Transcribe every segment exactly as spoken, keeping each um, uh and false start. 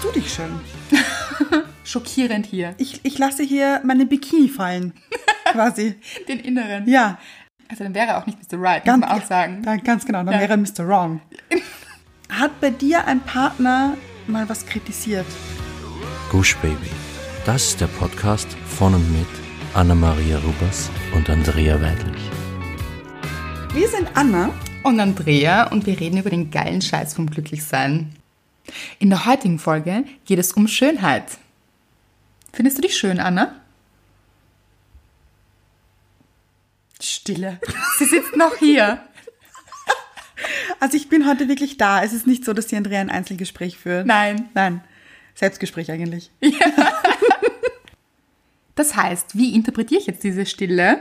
du dich schön. Schockierend hier. Ich, ich lasse hier meine Bikini fallen, quasi. Den inneren. Ja. Also dann wäre er auch nicht Mister Right, Ganz, muss man auch sagen. Ja, ganz genau, dann Ja. wäre Mister Wrong. Hat bei dir ein Partner mal was kritisiert? Gush Baby. Das ist der Podcast von und mit Anna-Maria Rubers und Andrea Weidlich. Wir sind Anna. Und Andrea und wir reden über den geilen Scheiß vom Glücklichsein. In der heutigen Folge geht es um Schönheit. Findest du dich schön, Anna? Stille. Sie sitzt noch hier. Also ich bin heute wirklich da. Es ist nicht so, dass die Andrea ein Einzelgespräch führt. Nein. Nein. Selbstgespräch eigentlich. Das heißt, wie interpretiere ich jetzt diese Stille?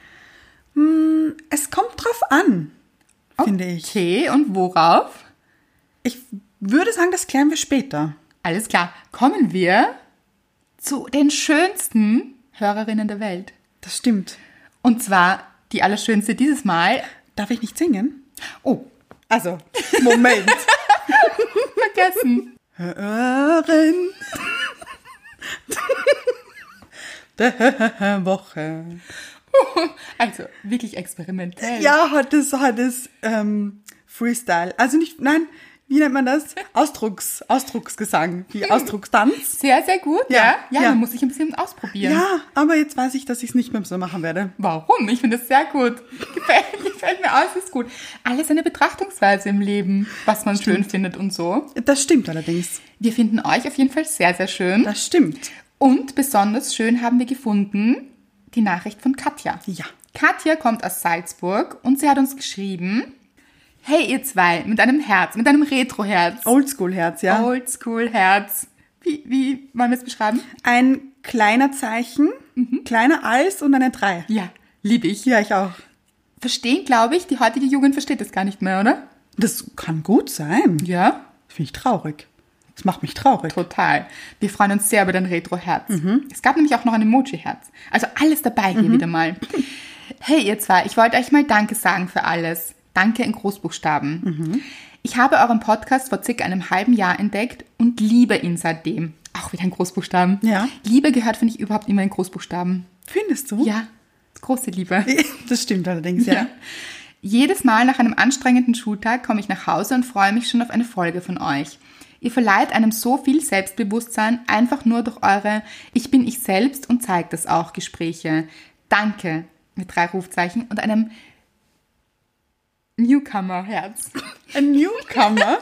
Es kommt drauf an, finde ich. Okay, und worauf? Ich würde sagen, das klären wir später. Alles klar, kommen wir zu den schönsten Hörerinnen der Welt. Das stimmt. Und zwar die allerschönste dieses Mal. Darf ich nicht singen? Oh, Also, Moment. vergessen. Hören der Woche. Also, wirklich experimentell. Ja, heute ist, heute ist ähm, Freestyle. Also nicht, nein, wie nennt man das? Ausdrucks, Ausdrucksgesang, wie Ausdruckstanz. Sehr, sehr gut, ja. Ja, Ja, ja. man muss sich ein bisschen ausprobieren. Ja, aber jetzt weiß ich, dass ich es nicht mehr so machen werde. Warum? Ich finde das sehr gut. Gefällt, gefällt mir aus, ist gut. Alles eine Betrachtungsweise im Leben, was man schön findet und so. Das stimmt allerdings. Wir finden euch auf jeden Fall sehr, sehr schön. Das stimmt. Und besonders schön haben wir gefunden die Nachricht von Katja. Ja. Katja kommt aus Salzburg und sie hat uns geschrieben: Hey ihr zwei, mit einem Herz, mit einem Retro-Herz. Oldschool-Herz, ja. Oldschool-Herz. Wie, wie wollen wir es beschreiben? Ein kleiner Zeichen, kleiner als und eine drei. Ja, liebe ich. Ja, ich auch. Verstehen, glaube ich, die heutige Jugend versteht das gar nicht mehr, oder? Das kann gut sein. Ja, Das finde ich traurig. Das macht mich traurig. total. Wir freuen uns sehr über dein Retro-Herz. Es gab nämlich auch noch ein Emoji-Herz. Also alles dabei hier wieder mal. Hey ihr zwei, ich wollte euch mal Danke sagen für alles. Danke in Großbuchstaben. Ich habe euren Podcast vor circa einem halben Jahr entdeckt und liebe ihn seitdem. Auch wieder in Großbuchstaben. Ja. Liebe gehört, finde ich, überhaupt immer in Großbuchstaben. Findest du? Ja, große Liebe. Das stimmt allerdings, ja. Ja. Jedes Mal nach einem anstrengenden Schultag komme ich nach Hause und freue mich schon auf eine Folge von euch. Ihr verleiht einem so viel Selbstbewusstsein einfach nur durch eure Ich bin ich selbst und zeigt das auch Gespräche. Danke mit drei Rufzeichen und einem Newcomer-Herz. Ein Newcomer?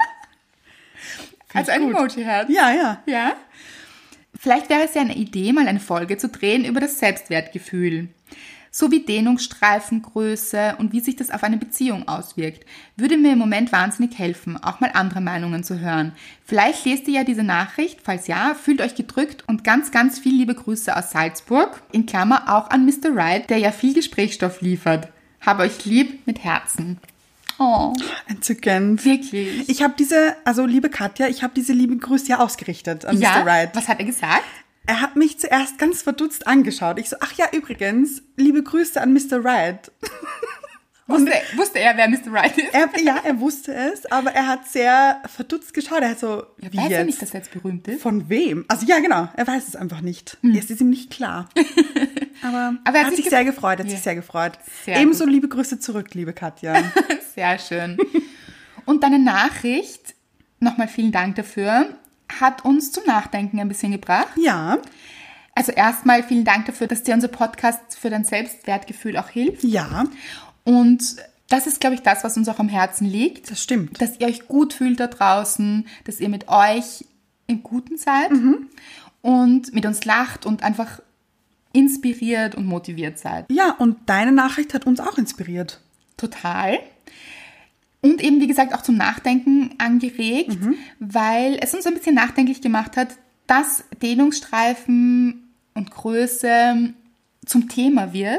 Also ein gut. Emoji-Herz. Ja, ja. Ja. Vielleicht wäre es ja eine Idee, mal eine Folge zu drehen über das Selbstwertgefühl. So wie Dehnungsstreifen, Größe und wie sich das auf eine Beziehung auswirkt. Würde mir im Moment wahnsinnig helfen, auch mal andere Meinungen zu hören. Vielleicht lest ihr ja diese Nachricht, falls ja, fühlt euch gedrückt und ganz, ganz viel liebe Grüße aus Salzburg. In Klammer auch an Mister Right, der ja viel Gesprächsstoff liefert. Hab euch lieb mit Herzen. Oh, Entzückend. wirklich. Ich habe diese, also liebe Katja, ich habe diese liebe Grüße ja ausgerichtet an Ja, Mister Right. was hat er gesagt? Er hat mich zuerst ganz verdutzt angeschaut. Ich so, ach ja, übrigens, liebe Grüße an Mister Right. Wusste, wusste er, wer Mister Right ist? Er, ja, er wusste es, aber er hat sehr verdutzt geschaut. Er hat so, Ja, wie weiß jetzt? er nicht, dass er jetzt berühmt ist? Von wem? Also ja, genau, er weiß es einfach nicht. Es ist ihm nicht klar. Aber, Aber er hat sich ge- sehr gefreut, er hat Ja. sich sehr gefreut. Sehr Ebenso gut. liebe Grüße zurück, liebe Katja. Sehr schön. Und deine Nachricht, nochmal vielen Dank dafür, hat uns zum Nachdenken ein bisschen gebracht. Ja, Also erstmal vielen Dank dafür, dass dir unser Podcast für dein Selbstwertgefühl auch hilft. ja, Und das ist, glaube ich, das, was uns auch am Herzen liegt. das stimmt. Dass ihr euch gut fühlt da draußen, dass ihr mit euch im Guten seid und mit uns lacht und einfach inspiriert und motiviert seid. Ja, und deine Nachricht hat uns auch inspiriert. Total. Und eben, wie gesagt, auch zum Nachdenken angeregt, weil es uns ein bisschen nachdenklich gemacht hat, dass Dehnungsstreifen und Größe zum Thema wird,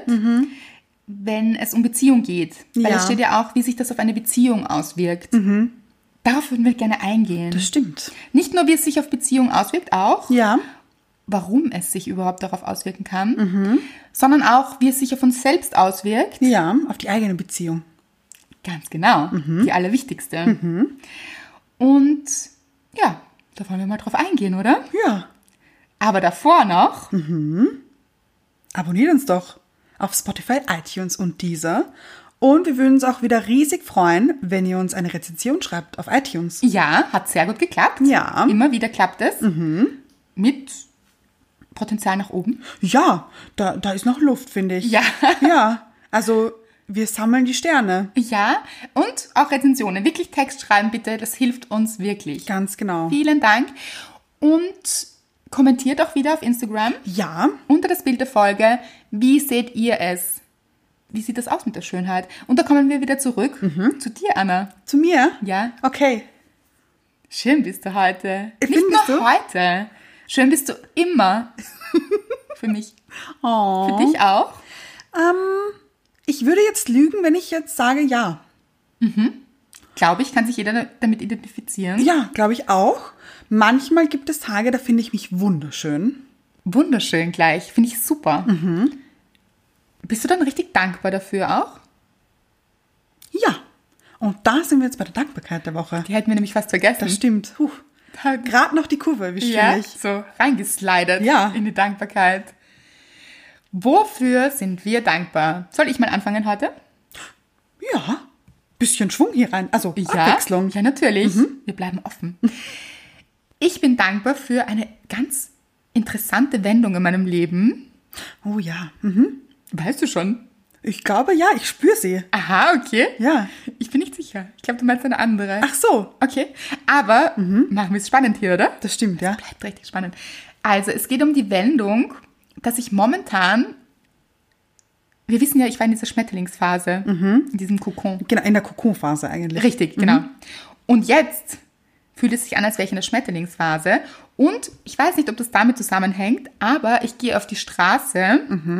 wenn es um Beziehung geht. Weil Ja. es steht ja auch, wie sich das auf eine Beziehung auswirkt. Darauf würden wir gerne eingehen. Das stimmt. Nicht nur, wie es sich auf Beziehung auswirkt, auch, Ja, warum es sich überhaupt darauf auswirken kann, sondern auch, wie es sich auf uns selbst auswirkt. ja, auf die eigene Beziehung. Ganz genau, die allerwichtigste. Und ja, Da wollen wir mal drauf eingehen, oder? Ja. Aber davor noch... Abonniert uns doch auf Spotify, iTunes und Deezer. Und wir würden uns auch wieder riesig freuen, wenn ihr uns eine Rezension schreibt auf iTunes. Ja, hat sehr gut geklappt. Ja. Immer wieder klappt es. Mit Potenzial nach oben. Ja, da, da ist noch Luft, finde ich. Ja. Ja, also wir sammeln die Sterne. Ja, und auch Rezensionen. Wirklich Text schreiben, bitte. Das hilft uns wirklich. Ganz genau. Vielen Dank. Und kommentiert auch wieder auf Instagram Ja, unter das Bild der Folge. Wie seht ihr es? Wie sieht das aus mit der Schönheit? Und da kommen wir wieder zurück zu dir, Anna. zu mir? Ja. Okay. Schön bist du heute. Äh, Nicht findest nur du? heute. Schön bist du immer. Für mich. Oh. Für dich auch. Ähm, ich würde jetzt lügen, wenn ich jetzt sage ja. Glaube ich, kann sich jeder damit identifizieren. Ja, glaube ich auch. Manchmal gibt es Tage, da finde ich mich wunderschön. Wunderschön gleich. Finde ich super. Bist du dann richtig dankbar dafür auch? Ja. Und da sind wir jetzt bei der Dankbarkeit der Woche. Die hätten wir nämlich fast vergessen. Das stimmt. Huh. Gerade noch die Kurve erwischt, Ja, finde ich. so reingeslidet Ja. in die Dankbarkeit. Wofür sind wir dankbar? Soll ich mal anfangen heute? Ja. Bisschen Schwung hier rein. Also Ja, Abwechslung. ja, natürlich. Wir bleiben offen. Ich bin dankbar für eine ganz interessante Wendung in meinem Leben. Oh ja. Mhm. Weißt du schon? Ich glaube, ja, ich spüre sie. Aha, okay. Ja. Ich bin nicht sicher. Ich glaube, du meinst eine andere. Ach so. Okay. Aber machen wir es spannend hier, oder? Das stimmt, ja. Bleibt richtig spannend. Also, es geht um die Wendung, dass ich momentan, wir wissen ja, ich war in dieser Schmetterlingsphase, in diesem Kokon. Genau, in der Kokonphase eigentlich. Richtig, genau. Und jetzt fühlt es sich an, als wäre ich in der Schmetterlingsphase. Und ich weiß nicht, ob das damit zusammenhängt, aber ich gehe auf die Straße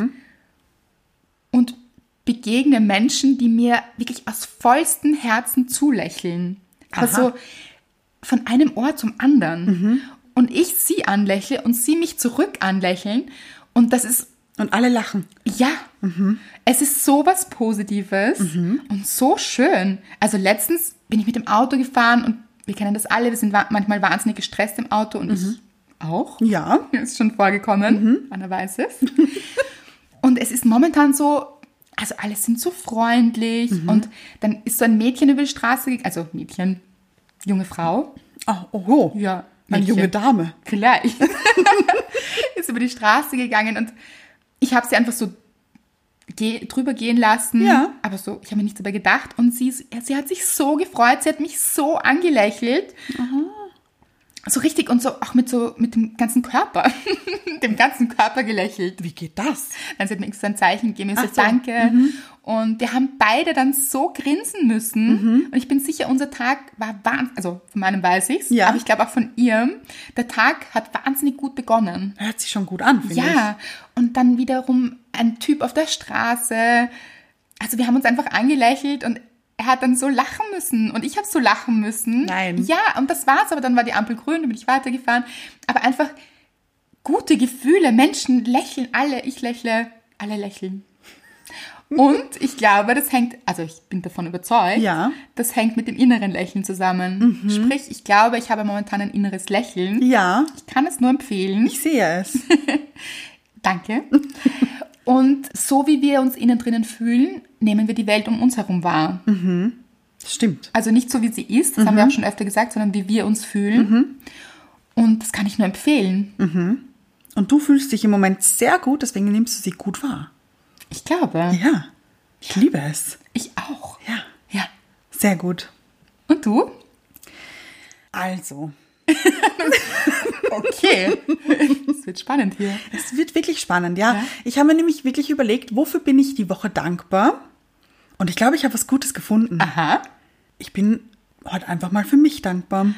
und begegne Menschen, die mir wirklich aus vollstem Herzen zulächeln. Aber Aha. so von einem Ohr zum anderen. Und ich sie anlächle und sie mich zurück anlächeln. Und das ist, Und alle lachen. ja, es ist so was Positives und so schön. Also letztens bin ich mit dem Auto gefahren und wir kennen das alle, wir sind wa- manchmal wahnsinnig gestresst im Auto und ich auch. Ja. Ist schon vorgekommen, Anna weiß es. Und es ist momentan so, also alle sind so freundlich und dann ist so ein Mädchen über die Straße gegangen, also Mädchen, junge Frau. Oh, oh, oh. Ja, Eine Mädchen. junge Dame. Vielleicht. Ist über die Straße gegangen und ich habe sie einfach so geh, drüber gehen lassen. Ja. Aber so, ich habe mir nichts dabei gedacht. Und sie, sie hat sich so gefreut, sie hat mich so angelächelt. So richtig und so auch mit so mit dem ganzen Körper. dem ganzen Körper gelächelt. Wie geht das? Dann sie hat mir so ein Zeichen gegeben, ich so, Ach so. danke. Und wir haben beide dann so grinsen müssen. Und ich bin sicher, unser Tag war wahnsinnig, also von meinem weiß ich's, Ja. aber ich glaube auch von ihrem, der Tag hat wahnsinnig gut begonnen. Hört sich schon gut an, finde ich. Ja, und dann wiederum ein Typ auf der Straße. Also wir haben uns einfach angelächelt und er hat dann so lachen müssen und ich habe so lachen müssen. Nein. Ja, und das war's, aber dann war die Ampel grün, dann bin ich weitergefahren. Aber einfach gute Gefühle, Menschen lächeln alle, ich lächle, alle lächeln. Und ich glaube, das hängt, also ich bin davon überzeugt, Ja. das hängt mit dem inneren Lächeln zusammen. Sprich, ich glaube, ich habe momentan ein inneres Lächeln. Ja, Ich kann es nur empfehlen. ich sehe es. Danke. Und so wie wir uns innen drinnen fühlen, nehmen wir die Welt um uns herum wahr. Das stimmt. Also nicht so, wie sie ist, das haben wir auch schon öfter gesagt, sondern wie wir uns fühlen. Und das kann ich nur empfehlen. Und du fühlst dich im Moment sehr gut, deswegen nimmst du sie gut wahr. Ich glaube. Ja, ich liebe es. Ich auch. Ja, Ja. sehr gut. Und du? Also, Okay. Es wird spannend hier. es wird wirklich spannend, ja. Ja. Ich habe mir nämlich wirklich überlegt, wofür bin ich die Woche dankbar? Und ich glaube, ich habe was Gutes gefunden. Aha. Ich bin heute einfach mal für mich dankbar.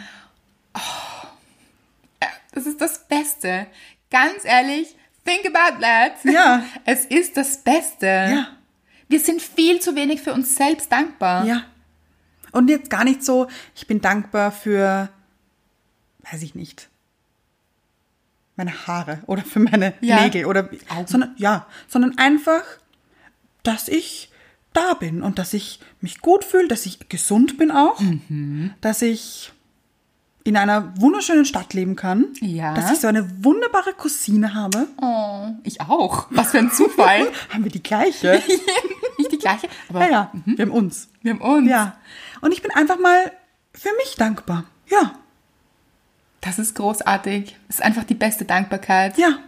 Das ist das Beste. Ganz ehrlich, think about that. Ja. Es ist das Beste. Ja. Wir sind viel zu wenig für uns selbst dankbar. Ja. Und jetzt gar nicht so, ich bin dankbar für, weiß ich nicht, meine Haare oder für meine Ja. Nägel oder, sondern, ja, sondern einfach, dass ich da bin und dass ich mich gut fühle, dass ich gesund bin auch, dass ich in einer wunderschönen Stadt leben kann. Ja. Dass ich so eine wunderbare Cousine habe. Oh, ich auch. Was für ein Zufall. Haben wir die gleiche? Nicht die gleiche, aber Ja, ja, wir haben uns. wir haben uns. Ja. Und ich bin einfach mal für mich dankbar. Ja, Das ist großartig. Das ist einfach die beste Dankbarkeit. ja.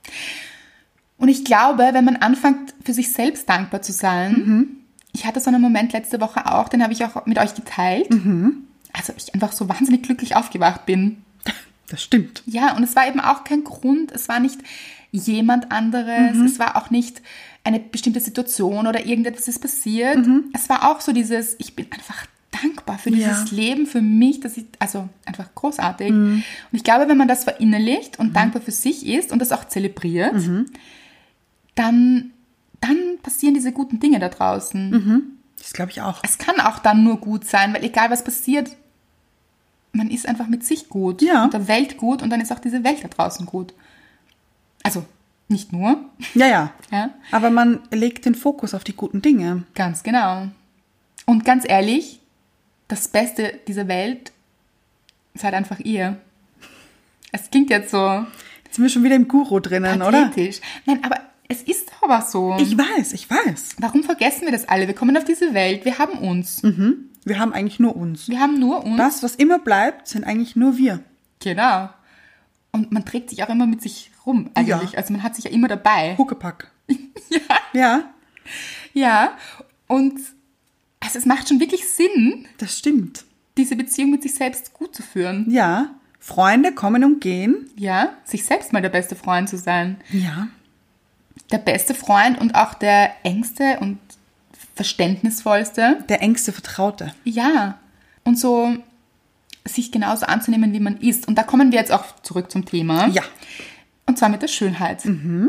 Und ich glaube, wenn man anfängt, für sich selbst dankbar zu sein, Mhm. ich hatte so einen Moment letzte Woche auch, den habe ich auch mit euch geteilt. Mhm. Also ich einfach so wahnsinnig glücklich aufgewacht bin. Das stimmt. Ja, und es war eben auch kein Grund, es war nicht jemand anderes, Mhm. es war auch nicht eine bestimmte Situation oder irgendetwas ist passiert. Mhm. Es war auch so dieses, ich bin einfach dankbar für dieses Ja. Leben, für mich, das ist also einfach großartig. Mhm. Und ich glaube, wenn man das verinnerlicht und dankbar für sich ist und das auch zelebriert, Mhm. dann, dann passieren diese guten Dinge da draußen. Mhm. Das glaube ich auch. Es kann auch dann nur gut sein, weil egal was passiert, man ist einfach mit sich gut Ja. und der Welt gut und dann ist auch diese Welt da draußen gut. Also nicht nur, Ja, ja. ja, Aber man legt den Fokus auf die guten Dinge. ganz genau. Und ganz ehrlich, das Beste dieser Welt seid einfach ihr. Es klingt jetzt so Jetzt sind wir schon wieder im Guru drinnen, oder? pathetisch. Nein, aber es ist aber so. Ich weiß, ich weiß. Warum vergessen wir das alle? Wir kommen auf diese Welt, wir haben uns. Mhm. Wir haben eigentlich nur uns. Wir haben nur uns. Das, was immer bleibt, sind eigentlich nur wir. Genau. Und man trägt sich auch immer mit sich rum eigentlich. Ja. Also man hat sich ja immer dabei. Huckepack. Ja. Ja, Ja. Und also es macht schon wirklich Sinn, das stimmt. diese Beziehung mit sich selbst gut zu führen. Ja, Freunde kommen und gehen. Ja, sich selbst mal der beste Freund zu sein. Ja. Der beste Freund und auch der engste und verständnisvollste. Der engste Vertraute. Ja. Und so sich genauso anzunehmen, wie man ist. Und da kommen wir jetzt auch zurück zum Thema. Ja. Und zwar mit der Schönheit.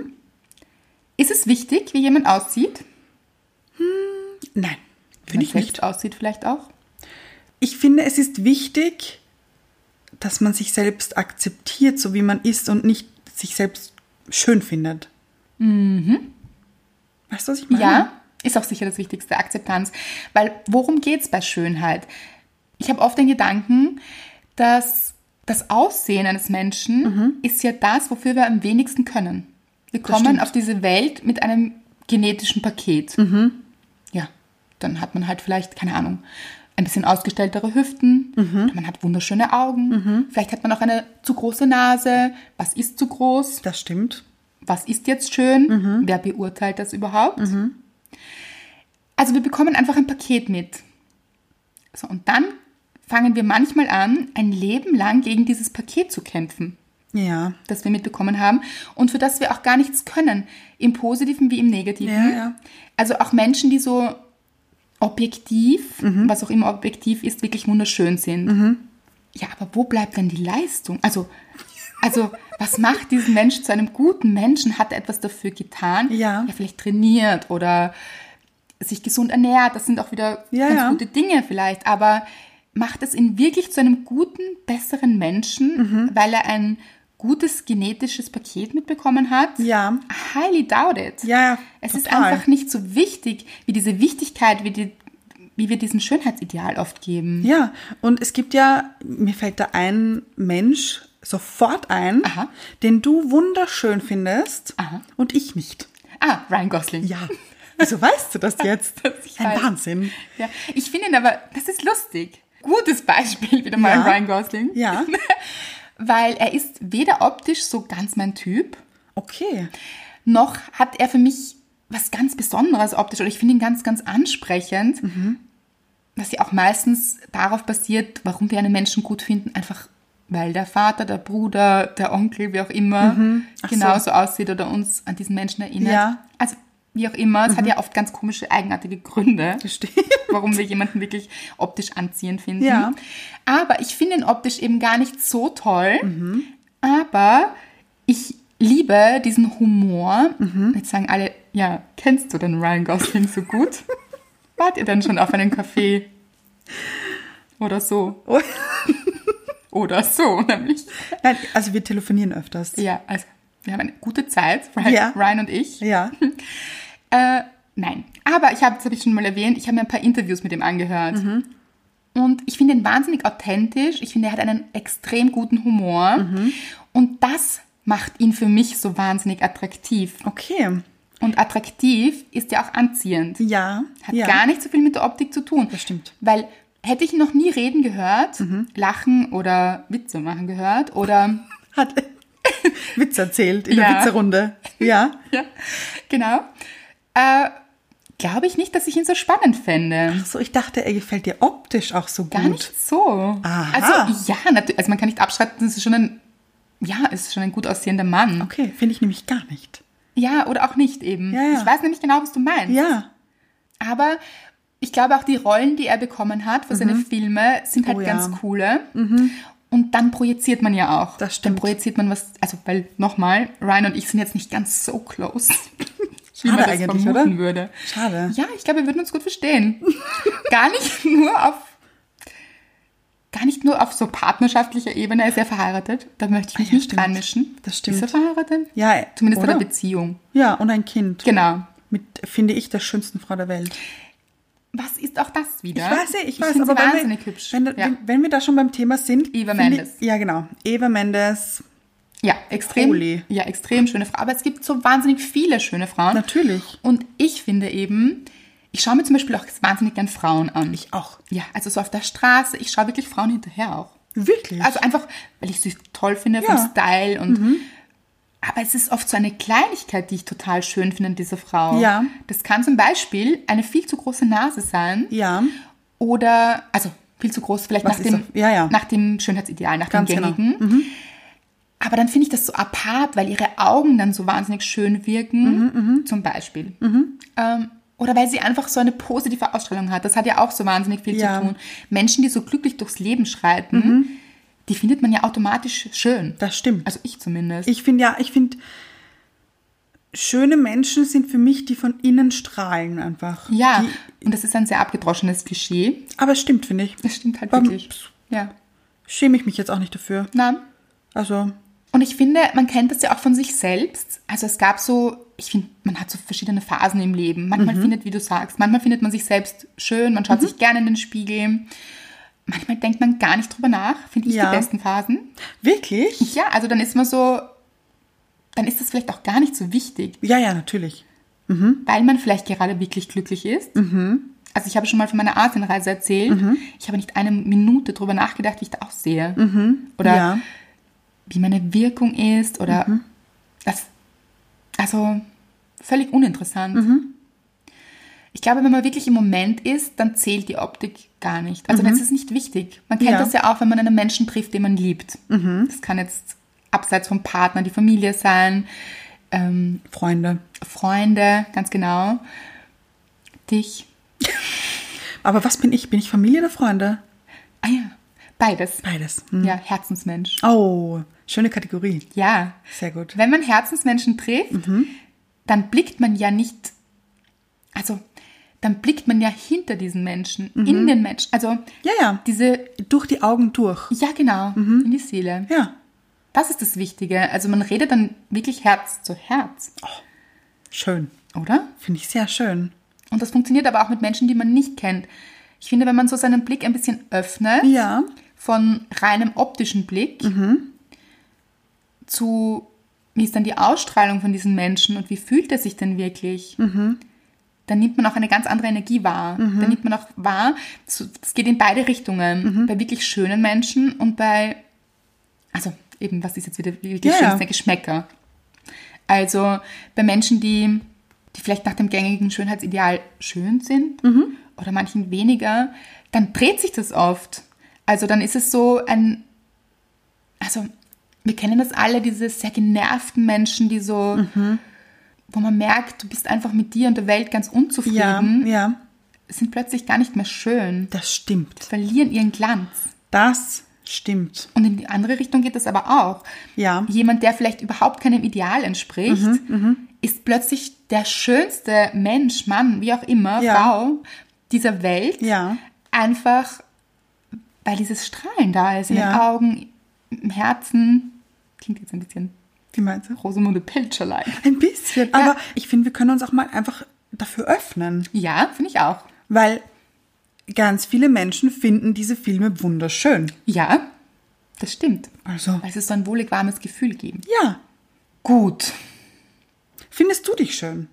Ist es wichtig, wie jemand aussieht? Nein, Wie finde man ich selbst nicht. aussieht vielleicht auch? Ich finde, es ist wichtig, dass man sich selbst akzeptiert, so wie man ist und nicht sich selbst schön findet. Mhm. Weißt du, was ich meine? Ja, ist auch sicher das Wichtigste, Akzeptanz. Weil worum geht es bei Schönheit? Ich habe oft den Gedanken, dass das Aussehen eines Menschen ist ja das, wofür wir am wenigsten können. Wir kommen stimmt. auf diese Welt mit einem genetischen Paket. Ja, dann hat man halt vielleicht, keine Ahnung, ein bisschen ausgestelltere Hüften, oder man hat wunderschöne Augen, vielleicht hat man auch eine zu große Nase. Was ist zu groß? Das stimmt. Was ist jetzt schön? Wer beurteilt das überhaupt? Also wir bekommen einfach ein Paket mit. So, und dann fangen wir manchmal an, ein Leben lang gegen dieses Paket zu kämpfen, Ja. das wir mitbekommen haben und für das wir auch gar nichts können, im Positiven wie im Negativen. Ja, ja. Also auch Menschen, die so objektiv, was auch immer objektiv ist, wirklich wunderschön sind. Ja, aber wo bleibt denn die Leistung? Also, also was macht diesen Mensch zu einem guten Menschen? Hat er etwas dafür getan? Ja. Ja, vielleicht trainiert oder sich gesund ernährt. Das sind auch wieder Ja, ganz ja. gute Dinge vielleicht. Aber macht es ihn wirklich zu einem guten, besseren Menschen, weil er ein gutes genetisches Paket mitbekommen hat? Ja. I highly doubt it. Ja, ja, Es ist total. einfach nicht so wichtig, wie diese Wichtigkeit, wie, die, wie wir diesen Schönheitsideal oft geben. Ja, und es gibt ja, mir fällt da ein Mensch sofort ein, Aha. den du wunderschön findest Aha. und ich nicht. Ah, Ryan Gosling. Ja, wieso weißt du das jetzt? Ich Ein weiß. Wahnsinn. Ja, ich finde ihn aber, das ist lustig. Gutes Beispiel wieder mal Ja. Ryan Gosling. Ja, Weil er ist weder optisch so ganz mein Typ, okay. noch hat er für mich was ganz Besonderes optisch. Oder ich finde ihn ganz, ganz ansprechend. Was ja auch meistens darauf basiert, warum wir einen Menschen gut finden. Einfach weil der Vater, der Bruder, der Onkel, wie auch immer, Ach genauso aussieht oder uns an diesen Menschen erinnert. Ja. Also wie auch immer, es hat ja oft ganz komische, eigenartige Gründe. Das stimmt. Warum wir jemanden wirklich optisch anziehend finden. Ja. Aber ich finde ihn optisch eben gar nicht so toll. Aber ich liebe diesen Humor. Jetzt sagen alle, ja, kennst du denn Ryan Gosling so gut? Wart ihr denn schon auf einen Kaffee? Oder so. Oh. Oder so, nämlich. Nein, also wir telefonieren öfters. Ja, also wir haben eine gute Zeit, Ryan, Ja. Ryan und ich. Ja. Äh, nein. Aber ich habe, das habe ich schon mal erwähnt, ich habe mir ein paar Interviews mit ihm angehört. Und ich finde ihn wahnsinnig authentisch. Ich finde, er hat einen extrem guten Humor. Mhm. Und das macht ihn für mich so wahnsinnig attraktiv. Okay. Und attraktiv ist ja auch anziehend. Ja. Hat ja. gar nicht so viel mit der Optik zu tun. Das stimmt. Weil hätte ich ihn noch nie reden gehört, mhm. lachen oder Witze machen gehört oder... Hat Witz erzählt in ja. der Witzerunde. Ja. Ja, genau. Äh, glaube ich nicht, dass ich ihn so spannend fände. Ach so, ich dachte, er gefällt dir optisch auch so gut. Gar nicht so. Aha. Also ja, natürlich, also man kann nicht abschreiten, das ist schon ein, ja, ist schon ein gut aussehender Mann. Okay, finde ich nämlich gar nicht. Ja, oder auch nicht eben. Ja, ja. Ich weiß nämlich genau, was du meinst. Ja. Aber ich glaube auch die Rollen, die er bekommen hat für mhm. seine Filme, sind halt oh, ganz ja. coole. Mhm. Und dann projiziert man ja auch. Das stimmt. Dann projiziert man was, also weil nochmal, Ryan und ich sind jetzt nicht ganz so close, wie Schade man das eigentlich, vermuten oder? würde. Schade. Ja, ich glaube, wir würden uns gut verstehen. Gar nicht nur auf gar nicht nur auf so partnerschaftlicher Ebene. Er ist ja verheiratet. Da möchte ich mich ja, nicht stimmt. reinmischen. Das stimmt. Ist er verheiratet? Ja, Zumindest oder? in einer Beziehung. Ja, und ein Kind. Genau. Mit, finde ich, der schönsten Frau der Welt. Was ist auch das wieder? Ich weiß, ich, ich weiß, finde aber sie wenn wahnsinnig wir, hübsch. Wenn, ja. wenn, wenn wir da schon beim Thema sind. Eva finde Mendes. Ich, ja, genau. Eva Mendes. Ja, extrem, Holy. ja, extrem schöne Frau. Aber es gibt so wahnsinnig viele schöne Frauen. Natürlich. Und ich finde eben, ich schaue mir zum Beispiel auch wahnsinnig gern Frauen an. Ich auch. Ja, also so auf der Straße. Ich schaue wirklich Frauen hinterher auch. Wirklich? Also einfach, weil ich sie toll finde Ja. vom Style und Mhm. aber es ist oft so eine Kleinigkeit, die ich total schön finde an dieser Frau. Ja. Das kann zum Beispiel eine viel zu große Nase sein. Ja. Oder, also viel zu groß, vielleicht Was nach ist dem, so? Ja, ja. nach dem Schönheitsideal, nach Ganz dem genau. gängigen. Mhm. Aber dann finde ich das so apart, weil ihre Augen dann so wahnsinnig schön wirken, Mhm, zum Beispiel. Mhm. Ähm, oder weil sie einfach so eine positive Ausstrahlung hat. Das hat ja auch so wahnsinnig viel Ja. zu tun. Menschen, die so glücklich durchs Leben schreiten, Mhm. die findet man ja automatisch schön. Das stimmt. Also ich zumindest. Ich finde ja, ich finde, schöne Menschen sind für mich, die von innen strahlen einfach. ja, Die, und das ist ein sehr abgedroschenes Klischee. aber es stimmt, finde ich. Das stimmt halt Beim- wirklich. Ja. Schäme ich mich jetzt auch nicht dafür. Nein. Also, Und ich finde, man kennt das ja auch von sich selbst. Also es gab so, ich finde, man hat so verschiedene Phasen im Leben. Manchmal findet, wie du sagst, manchmal findet man sich selbst schön, man schaut sich gerne in den Spiegel. Manchmal denkt man gar nicht drüber nach, finde ich Ja. die besten Phasen. wirklich? Ja, also dann ist man so, dann ist das vielleicht auch gar nicht so wichtig, Ja, ja, natürlich. weil man vielleicht gerade wirklich glücklich ist. Mhm. Also ich habe schon mal von meiner Asienreise erzählt. Ich habe nicht eine Minute drüber nachgedacht, wie ich da aussehe. Oder Ja. wie meine Wirkung ist oder das, also völlig uninteressant. Ich glaube, wenn man wirklich im Moment ist, dann zählt die Optik gar nicht. Also dann ist es nicht wichtig. Man kennt Ja. das ja auch, wenn man einen Menschen trifft, den man liebt. Das kann jetzt abseits vom Partner die Familie sein, ähm, Freunde. Freunde, ganz genau. Dich. Aber was bin ich? Bin ich Familie oder Freunde? Ah ja, beides. Beides. Hm. Ja, Herzensmensch. Oh, schöne Kategorie. Ja. Sehr gut. Wenn man Herzensmenschen trifft, dann blickt man ja nicht, also dann blickt man ja hinter diesen Menschen, in den Menschen. Also Ja, ja. diese, Durch die Augen durch. ja genau, in die Seele. Ja. Das ist das Wichtige. Also man redet dann wirklich Herz zu Herz, Schön. oder? Finde ich sehr schön. Und das funktioniert aber auch mit Menschen, die man nicht kennt. Ich finde, wenn man so seinen Blick ein bisschen öffnet, Ja. von reinem optischen Blick zu, wie ist dann die Ausstrahlung von diesen Menschen und wie fühlt er sich denn wirklich, dann nimmt man auch eine ganz andere Energie wahr. Dann nimmt man auch wahr, es geht in beide Richtungen, bei wirklich schönen Menschen und bei, also eben, was ist jetzt wieder wirklich Ja, ja. schönste Geschmäcker. Also bei Menschen, die, die vielleicht nach dem gängigen Schönheitsideal schön sind oder manchen weniger, dann dreht sich das oft. Also dann ist es so ein, also wir kennen das alle, diese sehr genervten Menschen, die so, wo man merkt, du bist einfach mit dir und der Welt ganz Ja, unzufrieden, ja. sind plötzlich gar nicht mehr schön, Das stimmt. verlieren ihren Glanz. Das stimmt. Und in die andere Richtung geht das aber auch. Ja. Jemand, der vielleicht überhaupt keinem Ideal entspricht, ist plötzlich der schönste Mensch, Mann, wie auch immer, Ja. Frau dieser Welt. Ja. Einfach, weil dieses Strahlen da ist, in Ja. den Augen, im Herzen. Klingt jetzt ein bisschen Wie meinst du? Rosamunde Pilcher-like. Ein bisschen. Aber ich finde, wir können uns auch mal einfach dafür öffnen. Ja, finde ich auch. Weil ganz viele Menschen finden diese Filme wunderschön. Ja, das stimmt. Also, Weil es so ein wohlig warmes Gefühl geben. ja. Gut. Findest du dich schön?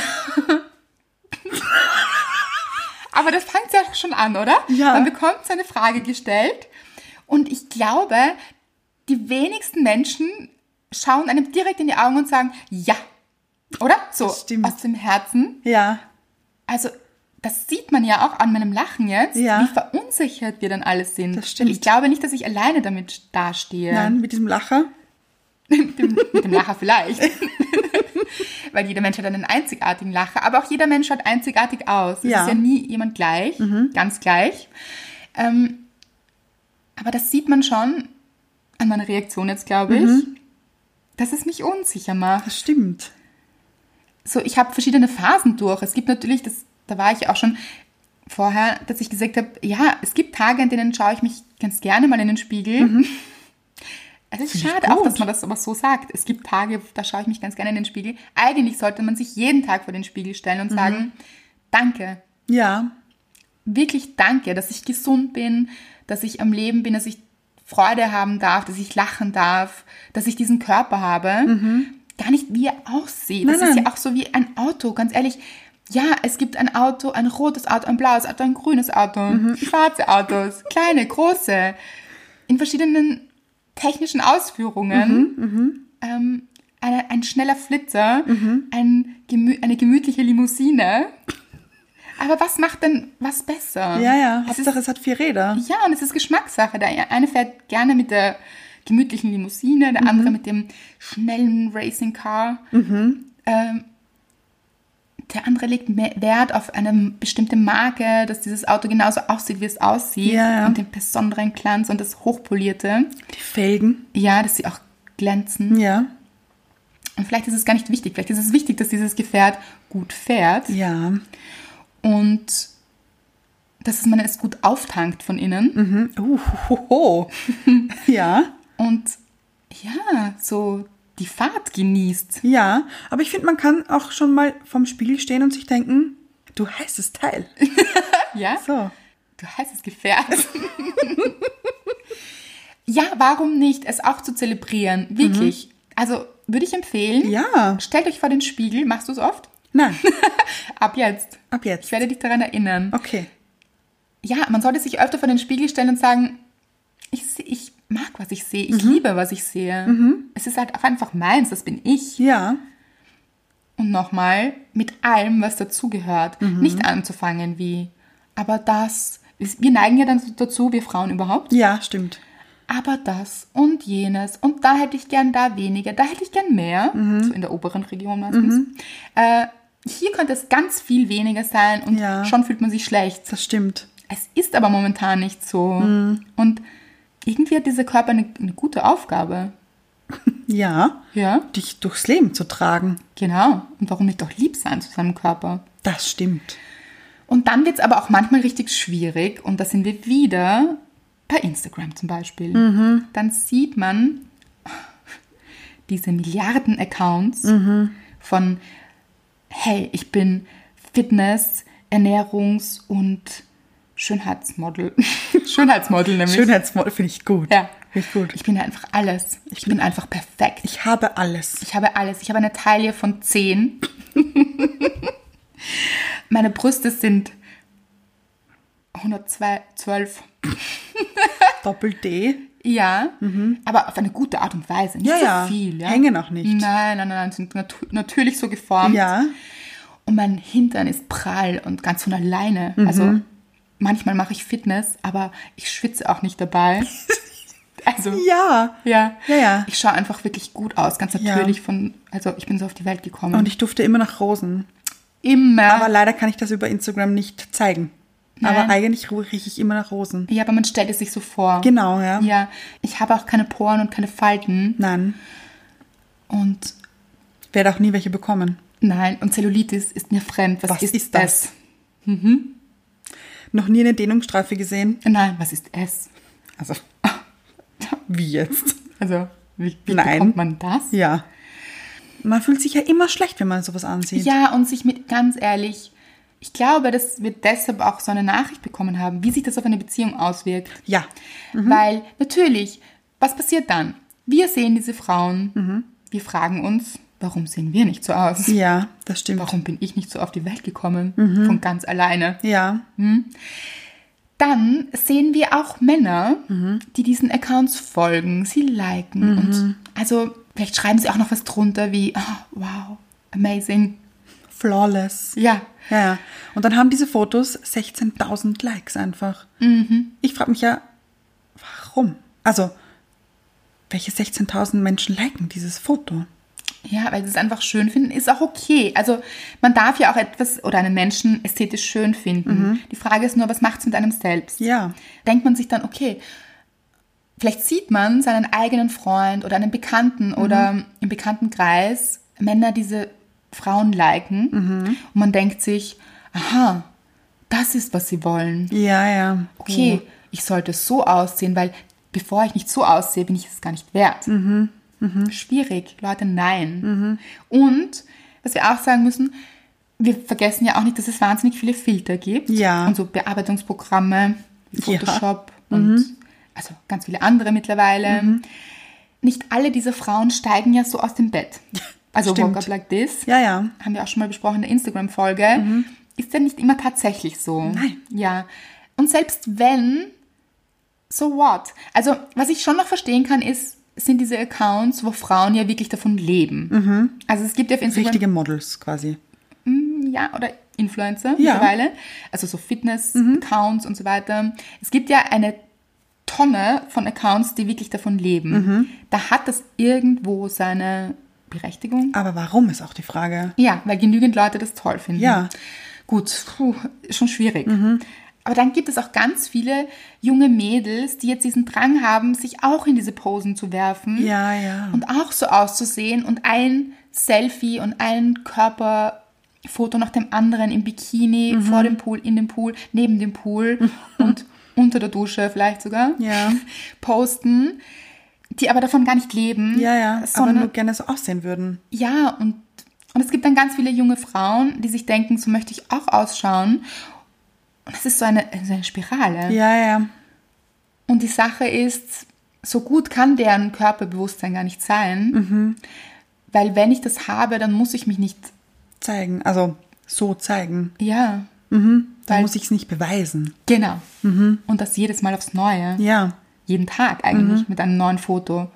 Aber das fängt ja schon an, oder? Ja. Man bekommt so eine Frage gestellt und ich glaube, die wenigsten Menschen schauen einem direkt in die Augen und sagen, ja. Oder? So, Das stimmt. aus dem Herzen. Ja. Also, das sieht man ja auch an meinem Lachen jetzt, Ja. wie verunsichert wir dann alles sind. Das stimmt. Ich glaube nicht, dass ich alleine damit dastehe. Nein, mit diesem Lacher? mit, dem, mit dem Lacher vielleicht. Weil jeder Mensch hat einen einzigartigen Lacher. Aber auch jeder Mensch schaut einzigartig aus. Es Ja. ist ja nie jemand gleich, ganz gleich. Ähm, aber das sieht man schon an meiner Reaktion jetzt, glaube ich, dass es mich unsicher macht. Das stimmt. So, ich habe verschiedene Phasen durch. Es gibt natürlich, das, da war ich auch schon vorher, dass ich gesagt habe, ja, es gibt Tage, an denen schaue ich mich ganz gerne mal in den Spiegel. Es ist Finde ich schade auch, gut. dass man das aber so sagt. Es gibt Tage, da schaue ich mich ganz gerne in den Spiegel. Eigentlich sollte man sich jeden Tag vor den Spiegel stellen und sagen, danke, Ja. wirklich danke, dass ich gesund bin, dass ich am Leben bin, dass ich Freude haben darf, dass ich lachen darf, dass ich diesen Körper habe. Gar nicht, wie er aussieht. Das Nein, ist nein. ja auch so wie ein Auto, ganz ehrlich. Ja, es gibt ein Auto, ein rotes Auto, ein blaues Auto, ein grünes Auto, schwarze Autos, kleine, große, in verschiedenen technischen Ausführungen. Ähm, eine, ein schneller Flitzer, ein, gemü- eine gemütliche Limousine. Aber was macht denn was besser? Ja, ja. Es Hauptsache, ist, es hat vier Räder. ja, und es ist Geschmackssache. Der eine fährt gerne mit der gemütlichen Limousine, der andere mit dem schnellen Racing Car. Ähm, der andere legt mehr Wert auf eine bestimmte Marke, dass dieses Auto genauso aussieht, wie es aussieht. Ja, ja. Und den besonderen Glanz und das Hochpolierte. Die Felgen. Ja, dass sie auch glänzen. Ja. Und vielleicht ist es gar nicht wichtig. Vielleicht ist es wichtig, dass dieses Gefährt gut fährt. Ja. Und dass man es gut auftankt von innen. Mhm. Uh, ho, ho. Ja. Und ja, so die Fahrt genießt. Ja. Aber ich finde, man kann auch schon mal vorm Spiegel stehen und sich denken, du heißes Teil. Ja, So. du heißes Gefährt. Ja, warum nicht, es auch zu zelebrieren? Wirklich. Also würde ich empfehlen, Ja. stellt euch vor den Spiegel. Machst du es oft? Nein. Ab jetzt. Ab Ich jetzt. werde dich daran erinnern. Okay. Ja, man sollte sich öfter vor den Spiegel stellen und sagen, ich, seh- ich mag, was ich sehe, ich liebe, was ich sehe. Es ist halt auch einfach meins, das bin ich. Ja. Und nochmal, mit allem, was dazugehört, nicht anzufangen wie, aber das, wir neigen ja dann dazu, wir Frauen überhaupt, Ja, stimmt. aber das und jenes und da hätte ich gern da weniger, da hätte ich gern mehr, so in der oberen Region meistens. Äh, hier könnte es ganz viel weniger sein und Ja. schon fühlt man sich schlecht. Das stimmt. Es ist aber momentan nicht so. Und irgendwie hat dieser Körper eine, eine gute Aufgabe. Ja. Ja, Dich durchs Leben zu tragen. genau. Und warum nicht doch lieb sein zu seinem Körper? Das stimmt. Und dann wird es aber auch manchmal richtig schwierig. Und da sind wir wieder bei Instagram zum Beispiel. Dann sieht man diese Milliarden Accounts von, hey, ich bin Fitness, Ernährungs- und Schönheitsmodel. Schönheitsmodel nämlich. Schönheitsmodel finde ich gut. Ja. Finde ich gut. Ich bin einfach alles. Ich bin einfach perfekt. Ich habe alles. Ich habe alles. Ich habe eine Taille von zehn. Meine Brüste sind hundertzwölf. Doppel-D. Ja, aber auf eine gute Art und Weise. Nicht Ja, so ja. viel. Ja? Hängen auch nicht. Nein, nein, nein, sind nat natürlich so geformt. Ja. Und mein Hintern ist prall und ganz von alleine. Mhm. Also manchmal mache ich Fitness, aber ich schwitze auch nicht dabei. Also Ja. ja, Ja, ja. ich schaue einfach wirklich gut aus, ganz Ja. natürlich von, also ich bin so auf die Welt gekommen. Und ich dufte immer nach Rosen. immer. Aber leider kann ich das über Instagram nicht zeigen. Nein. Aber eigentlich rieche ich immer nach Rosen. Ja, aber man stellt es sich so vor. Genau, ja. Ja, ich habe auch keine Poren und keine Falten. Nein. Und Werde auch nie welche bekommen. nein, und Zellulitis ist mir fremd. Was, Was ist, ist das? es? Noch nie eine Dehnungsstreife gesehen. Nein, was ist es? Also, wie jetzt? Also, wie, wie Nein. bekommt man das? Ja. Man fühlt sich ja immer schlecht, wenn man sowas ansieht. Ja, und sich mit, ganz ehrlich, ich glaube, dass wir deshalb auch so eine Nachricht bekommen haben, wie sich das auf eine Beziehung auswirkt. Ja. Mhm. Weil natürlich, was passiert dann? Wir sehen diese Frauen, mhm. wir fragen uns, warum sehen wir nicht so aus? Ja, das stimmt. Warum bin ich nicht so auf die Welt gekommen? Mhm. Von ganz alleine. Ja. Mhm. Dann sehen wir auch Männer, mhm. die diesen Accounts folgen, sie liken. Mhm. Und also vielleicht schreiben sie auch noch was drunter wie, oh, wow, amazing. Flawless. Ja. Ja, ja. Und dann haben diese Fotos sechzehntausend Likes einfach. Mhm. Ich frage mich ja, warum? Also, welche sechzehntausend Menschen liken dieses Foto? Ja, weil sie es einfach schön finden, ist auch okay. Also man darf ja auch etwas oder einen Menschen ästhetisch schön finden. Mhm. Die Frage ist nur, was macht es mit einem selbst? Ja. Denkt man sich dann, okay, vielleicht sieht man seinen eigenen Freund oder einen Bekannten mhm. oder im Bekanntenkreis Männer diese Frauen liken mhm. und man denkt sich, aha, das ist, was sie wollen. Ja, ja. Okay, ja. Ich sollte so aussehen, weil bevor ich nicht so aussehe, bin ich es gar nicht wert. Mhm. Mhm. Schwierig, Leute, nein. Mhm. Und, was wir auch sagen müssen, wir vergessen ja auch nicht, dass es wahnsinnig viele Filter gibt. Ja. Und so Bearbeitungsprogramme wie Photoshop ja. und mhm. also ganz viele andere mittlerweile. Mhm. Nicht alle diese Frauen steigen ja so aus dem Bett. Also Stimmt. Walk Up Like This, ja, ja. haben wir auch schon mal besprochen in der Instagram-Folge, mhm. ist ja nicht immer tatsächlich so. Nein. Ja. Und selbst wenn, so what? Also, was ich schon noch verstehen kann, ist, sind diese Accounts, wo Frauen ja wirklich davon leben. Mhm. Also es gibt ja auf Instagram... Richtige Models quasi. Ja, oder Influencer ja. mittlerweile. Also so Fitness-Accounts mhm. und so weiter. Es gibt ja eine Tonne von Accounts, die wirklich davon leben. Mhm. Da hat das irgendwo seine Berechtigung. Aber warum ist auch die Frage? Ja, weil genügend Leute das toll finden. Ja. Gut, puh, schon schwierig. Mhm. Aber dann gibt es auch ganz viele junge Mädels, die jetzt diesen Drang haben, sich auch in diese Posen zu werfen. Ja, ja. Und auch so auszusehen und ein Selfie und ein Körperfoto nach dem anderen im Bikini, mhm. vor dem Pool, in dem Pool, neben dem Pool und unter der Dusche vielleicht sogar ja. posten, die aber davon gar nicht leben. Ja, ja, sondern aber nur gerne so aussehen würden. Ja, und, und es gibt dann ganz viele junge Frauen, die sich denken, so möchte ich auch ausschauen. Und das ist so eine, so eine Spirale. Ja, ja. Und die Sache ist, so gut kann deren Körperbewusstsein gar nicht sein, mhm. weil wenn ich das habe, dann muss ich mich nicht zeigen, also so zeigen. Ja. Mhm. Dann weil, muss ich es nicht beweisen. Genau. Mhm. Und das jedes Mal aufs Neue. Ja. Jeden Tag eigentlich mhm. mit einem neuen Foto.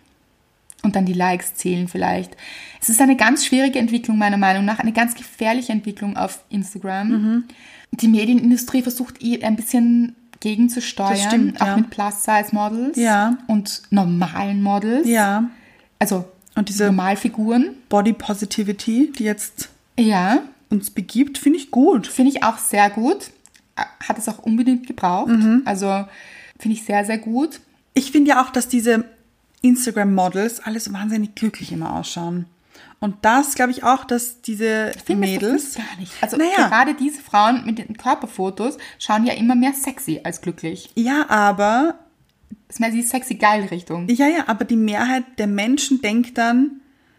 Und dann die Likes zählen vielleicht. Es ist eine ganz schwierige Entwicklung meiner Meinung nach, eine ganz gefährliche Entwicklung auf Instagram. Mhm. Die Medienindustrie versucht eh ein bisschen gegenzusteuern, das stimmt, auch ja. mit Plus-Size-Models ja. und normalen Models. Ja. Also und diese Normalfiguren. Body Positivity, die jetzt ja. uns begibt, finde ich gut. Finde ich auch sehr gut. Hat es auch unbedingt gebraucht. Mhm. Also finde ich sehr, sehr gut. Ich finde ja auch, dass diese Instagram-Models alles wahnsinnig glücklich immer ausschauen. Und das glaube ich auch, dass diese ich Mädels... Das gar nicht. Also naja. gerade diese Frauen mit den Körperfotos schauen ja immer mehr sexy als glücklich. Ja, aber... Das ist mehr die sexy geil Richtung. Ja, ja, aber die Mehrheit der Menschen denkt dann,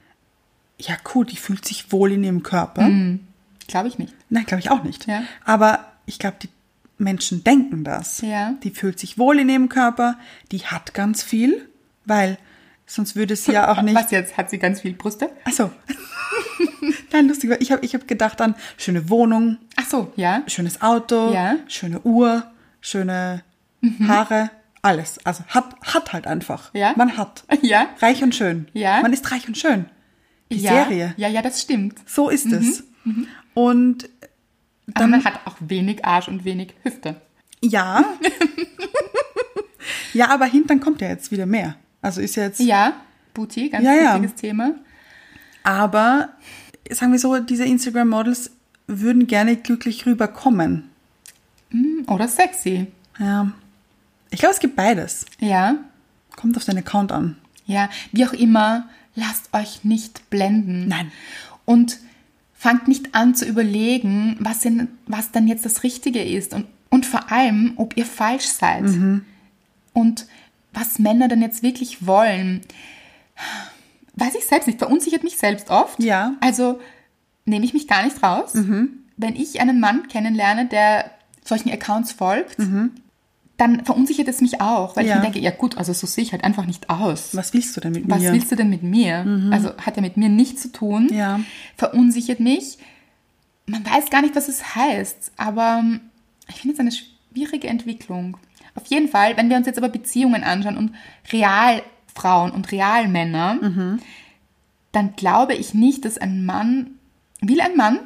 ja cool, die fühlt sich wohl in ihrem Körper. Mhm. Glaube ich nicht. Nein, glaube ich auch nicht. Ja. Aber ich glaube, die Menschen denken das. Ja. Die fühlt sich wohl in ihrem Körper, die hat ganz viel, weil sonst würde sie ja auch nicht... Was jetzt? Hat sie ganz viel Brüste? Ach so. Nein, lustig. Ich habe ich hab gedacht an schöne Wohnung. Ach so, ja. Schönes Auto. Ja. Schöne Uhr. Schöne mhm. Haare. Alles. Also hat, hat halt einfach. Ja. Man hat. Ja. Reich und schön. Ja. Man ist reich und schön. Die ja. Serie. Ja, ja, das stimmt. So ist mhm. es. Mhm. Und dann... Aber man hat auch wenig Arsch und wenig Hüfte. Ja. Ja, aber Hintern kommt ja jetzt wieder mehr. Also ist ja jetzt... Ja, Booty, ganz ja, wichtiges ja. Thema. Aber, sagen wir so, diese Instagram-Models würden gerne glücklich rüberkommen. Oder sexy. Ja. Ich glaube, es gibt beides. Ja. Kommt auf deinen Account an. Ja, wie auch immer, lasst euch nicht blenden. Nein. Und fangt nicht an zu überlegen, was denn, was dann jetzt das Richtige ist. Und, und vor allem, ob ihr falsch seid. Mhm. Und was Männer dann jetzt wirklich wollen. Weiß ich selbst nicht. Verunsichert mich selbst oft. Ja. Also nehme ich mich gar nicht raus. Mhm. wenn ich einen Mann kennenlerne, der solchen Accounts folgt, Mhm. dann verunsichert es mich auch, weil Ja. ich mir denke, ja gut, also so sehe ich halt einfach nicht aus. Was willst du denn mit Was mir? willst du denn mit mir? Also hat ja mit mir nichts zu tun, Ja. verunsichert mich. Man weiß gar nicht, was es heißt, aber ich finde es eine schwierige Entwicklung. Auf jeden Fall, wenn wir uns jetzt aber Beziehungen anschauen und Realfrauen und Realmänner, Mhm. dann glaube ich nicht, dass ein Mann, will ein Mann?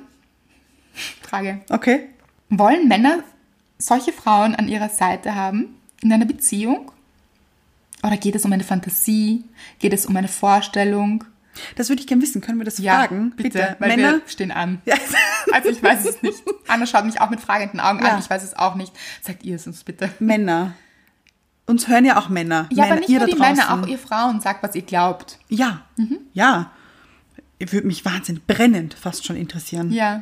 Frage. Okay. Wollen Männer solche Frauen an ihrer Seite haben in einer Beziehung? Oder geht es um eine Fantasie? Geht es um eine Vorstellung? Das würde ich gerne wissen. Können wir das fragen? bitte, weil Männer? wir stehen an. Ja. Also ich weiß es nicht. Anna schaut mich auch mit fragenden Augen Ja. an. Ich weiß es auch nicht. Sagt ihr es uns bitte. Männer. Uns hören ja auch Männer. Ja, Männer, aber nicht ihr nur da die Männer, draußen. auch ihr Frauen. Sagt, was ihr glaubt. Ja, ja. Würde mich wahnsinnig brennend fast schon interessieren. Ja.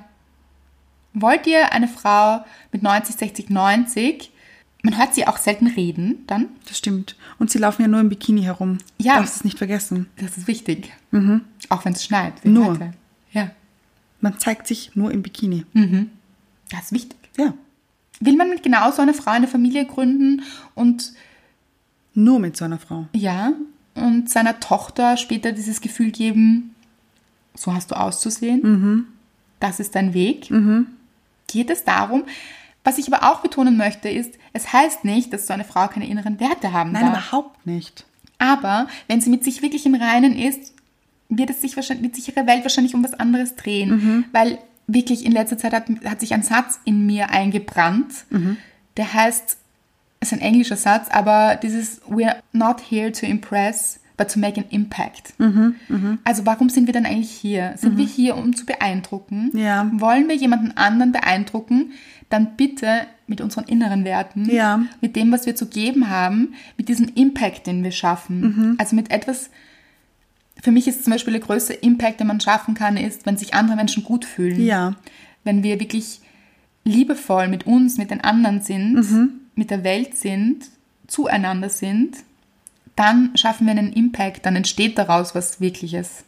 Wollt ihr eine Frau mit neunzig, sechzig, neunzig? Man hört sie auch selten reden dann. Das stimmt. Und sie laufen ja nur im Bikini herum. Ja. Darfst es nicht vergessen. Das ist wichtig. Auch wenn es schneit. wie Nur. heute. Ja. Man zeigt sich nur im Bikini. Das ist wichtig. Ja. Will man mit genau so einer Frau eine Familie gründen und Nur mit so einer Frau. ja, und seiner Tochter später dieses Gefühl geben, so hast du auszusehen, das ist dein Weg? Geht es darum? Was ich aber auch betonen möchte, ist, es heißt nicht, dass so eine Frau keine inneren Werte haben Nein, darf. überhaupt nicht. Aber wenn sie mit sich wirklich im Reinen ist, wird es sich wahrscheinlich, wird sich ihre Welt wahrscheinlich um was anderes drehen. Weil wirklich in letzter Zeit hat, hat sich ein Satz in mir eingebrannt, der heißt, es ist ein englischer Satz, aber dieses "We're not here to impress, but to make an impact". Also warum sind wir dann eigentlich hier? Sind wir hier, um zu beeindrucken? Ja. Wollen wir jemanden anderen beeindrucken? Dann bitte mit unseren inneren Werten, Ja. mit dem, was wir zu geben haben, mit diesem Impact, den wir schaffen. Also mit etwas, für mich ist zum Beispiel der größte Impact, den man schaffen kann, ist, wenn sich andere Menschen gut fühlen. Ja. Wenn wir wirklich liebevoll mit uns, mit den anderen sind, mit der Welt sind, zueinander sind, dann schaffen wir einen Impact, dann entsteht daraus was Wirkliches.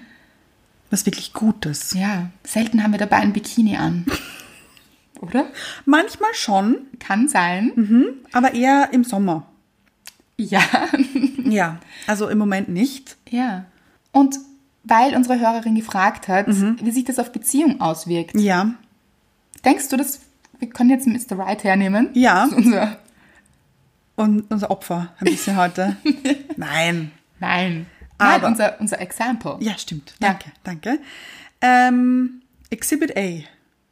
Was wirklich Gutes. Ja, selten haben wir dabei ein Bikini an. Oder? Manchmal schon, Kann sein. aber eher im Sommer. Ja. Ja, also im Moment nicht. Ja. Und weil unsere Hörerin gefragt hat, wie sich das auf Beziehung auswirkt, Ja, denkst du, dass wir können jetzt Mister Right hernehmen? Ja. Das ist unser, und unser Opfer ein bisschen heute. Nein. nein. Aber- Nein, unser, unser Example. Ja, stimmt. Ja. Danke, danke. Ähm, Exhibit A.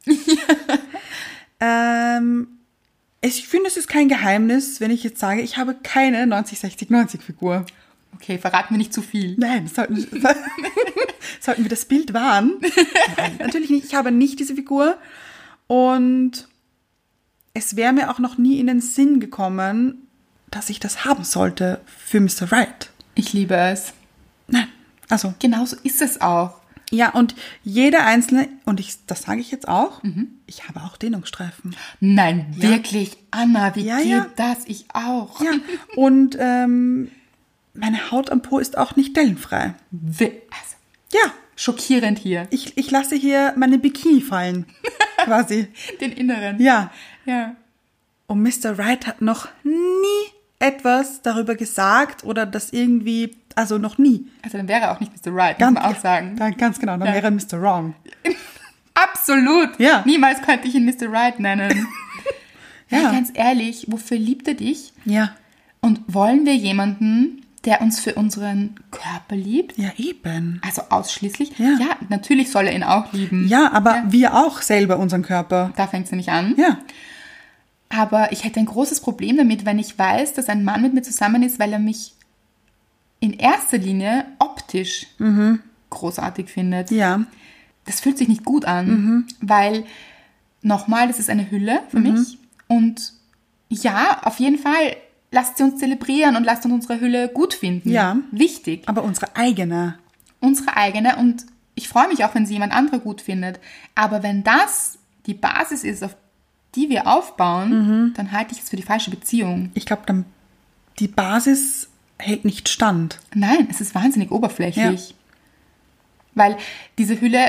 ähm, ich finde, es ist kein Geheimnis, wenn ich jetzt sage, ich habe keine neunzig, sechzig, neunzig Figur. Okay, verraten wir nicht zu viel. Nein, sollten, sollten wir das Bild wahren? Nein, natürlich nicht. Ich habe nicht diese Figur. Und es wäre mir auch noch nie in den Sinn gekommen, dass ich das haben sollte für Mister Right. Ich liebe es. Nein, also Genauso ist es auch. ja, und jeder einzelne, und ich, das sage ich jetzt auch, ich habe auch Dehnungsstreifen. Nein, wirklich, Anna, wie Ja, geht ja. das? Ich auch. Ja, und ähm, meine Haut am Po ist auch nicht dellenfrei. Wi- Also, Ja, schockierend hier. ich, ich lasse hier meine Bikini fallen, quasi. Den Inneren. Ja, Ja. und Mister Right hat noch nie etwas darüber gesagt oder das irgendwie, also noch nie. Also dann wäre er auch nicht Mister Right, Ganz, muss man auch sagen. Dann, ganz genau, dann Ja. wäre er Mister Wrong. Absolut. Ja. Niemals könnte ich ihn Mister Right nennen. ja. Ja. Ganz ehrlich, wofür liebt er dich? Ja, Und wollen wir jemanden, der uns für unseren Körper liebt? ja eben. Also ausschließlich? Ja. Ja, natürlich soll er ihn auch lieben. Ja, aber Ja. wir auch selber unseren Körper. Da fängt es nämlich an. Ja, Aber ich hätte ein großes Problem damit, wenn ich weiß, dass ein Mann mit mir zusammen ist, weil er mich in erster Linie optisch großartig findet. ja, Das fühlt sich nicht gut an, weil, nochmal, das ist eine Hülle für mich. Und ja, auf jeden Fall, lasst sie uns zelebrieren und lasst uns unsere Hülle gut finden. Ja. Wichtig. aber unsere eigene. Unsere eigene. Und ich freue mich auch, wenn sie jemand anderer gut findet. Aber wenn das die Basis ist, auf die wir aufbauen, dann halte ich es für die falsche Beziehung. Ich glaube, dann die Basis hält nicht stand. Nein, es ist wahnsinnig oberflächlich. Weil diese Hülle,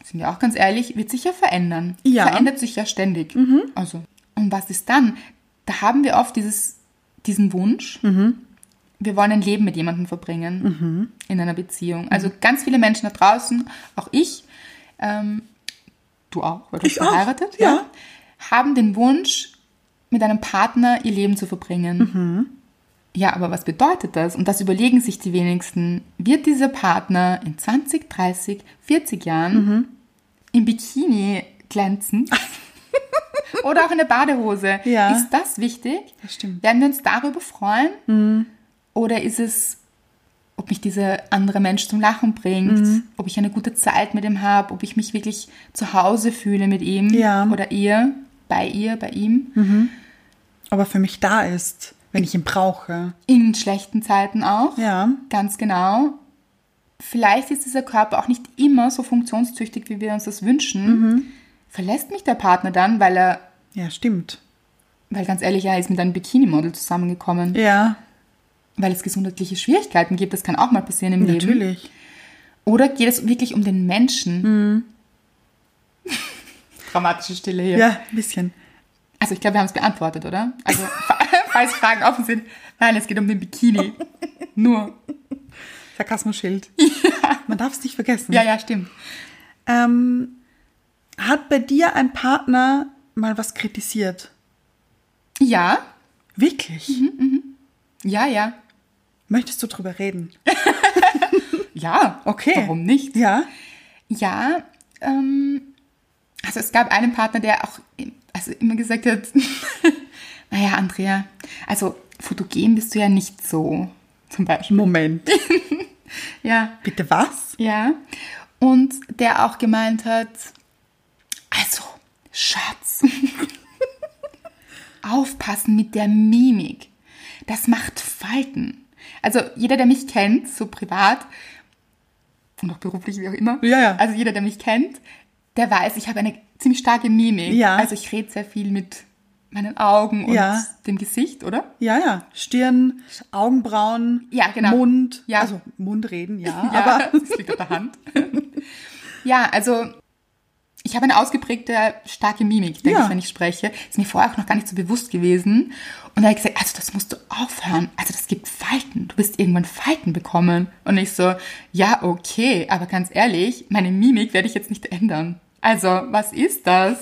sind wir auch ganz ehrlich, wird sich ja verändern. Ja. Verändert sich ja ständig. Also, und was ist dann? Da haben wir oft dieses, diesen Wunsch, Mhm. wir wollen ein Leben mit jemandem verbringen in einer Beziehung. Also ganz viele Menschen da draußen, auch ich, ähm, du auch, weil du bist Ich auch, verheiratet, ja. haben den Wunsch, mit einem Partner ihr Leben zu verbringen. Mhm. Ja, aber was bedeutet das? Und das überlegen sich die wenigsten. Wird dieser Partner in zwanzig, dreißig, vierzig Jahren Mhm. im Bikini glänzen? Oder auch in der Badehose? Ja. Ist das wichtig? Das stimmt. Werden wir uns darüber freuen? Oder ist es, ob mich dieser andere Mensch zum Lachen bringt, Mhm. ob ich eine gute Zeit mit ihm habe, ob ich mich wirklich zu Hause fühle mit ihm Ja. oder ihr, bei ihr, bei ihm. Aber für mich da ist, wenn ich ihn brauche. In schlechten Zeiten auch. Ja. Ganz genau. Vielleicht ist dieser Körper auch nicht immer so funktionstüchtig, wie wir uns das wünschen. Verlässt mich der Partner dann, weil er, Ja, stimmt. weil ganz ehrlich, er ist mit einem Bikini-Model zusammengekommen, Ja, weil es gesundheitliche Schwierigkeiten gibt. Das kann auch mal passieren im Leben. natürlich. Oder geht es wirklich um den Menschen? Dramatische Stille hier. Ja, ein bisschen. Also ich glaube, wir haben es beantwortet, oder? Also falls Fragen offen sind, nein, es geht um den Bikini. Nur. Sarkasmus-Schild. Man darf es nicht vergessen. Ja, ja, stimmt. Ähm, hat bei dir ein Partner mal was kritisiert? Ja, Wirklich? ja, ja. Möchtest du drüber reden? Ja, Okay. Warum nicht? Ja. Ja, ähm, also es gab einen Partner, der auch also immer gesagt hat, naja, Andrea, also fotogen bist du ja nicht so, zum Beispiel. Moment. Ja, Bitte was? ja. Und der auch gemeint hat, also, Schatz, aufpassen mit der Mimik. Das macht Falten. Also jeder, der mich kennt, so privat und auch beruflich, wie auch immer, Ja, ja. also jeder, der mich kennt, der weiß, ich habe eine ziemlich starke Mimik. Ja. Also ich rede sehr viel mit meinen Augen und Ja. dem Gesicht, oder? Ja, ja. Stirn, Augenbrauen, Ja, genau. Mund. Ja. Also Mundreden, ja. Ja, Aber das liegt auf der Hand. Ja, also ich habe eine ausgeprägte, starke Mimik, denke Ja. ich, wenn ich spreche. Ist mir vorher auch noch gar nicht so bewusst gewesen. Und da habe ich gesagt, also das musst du aufhören. Also das gibt Falten. Du wirst irgendwann Falten bekommen. Und ich so, ja, okay, aber ganz ehrlich, meine Mimik werde ich jetzt nicht ändern. Also, was ist das?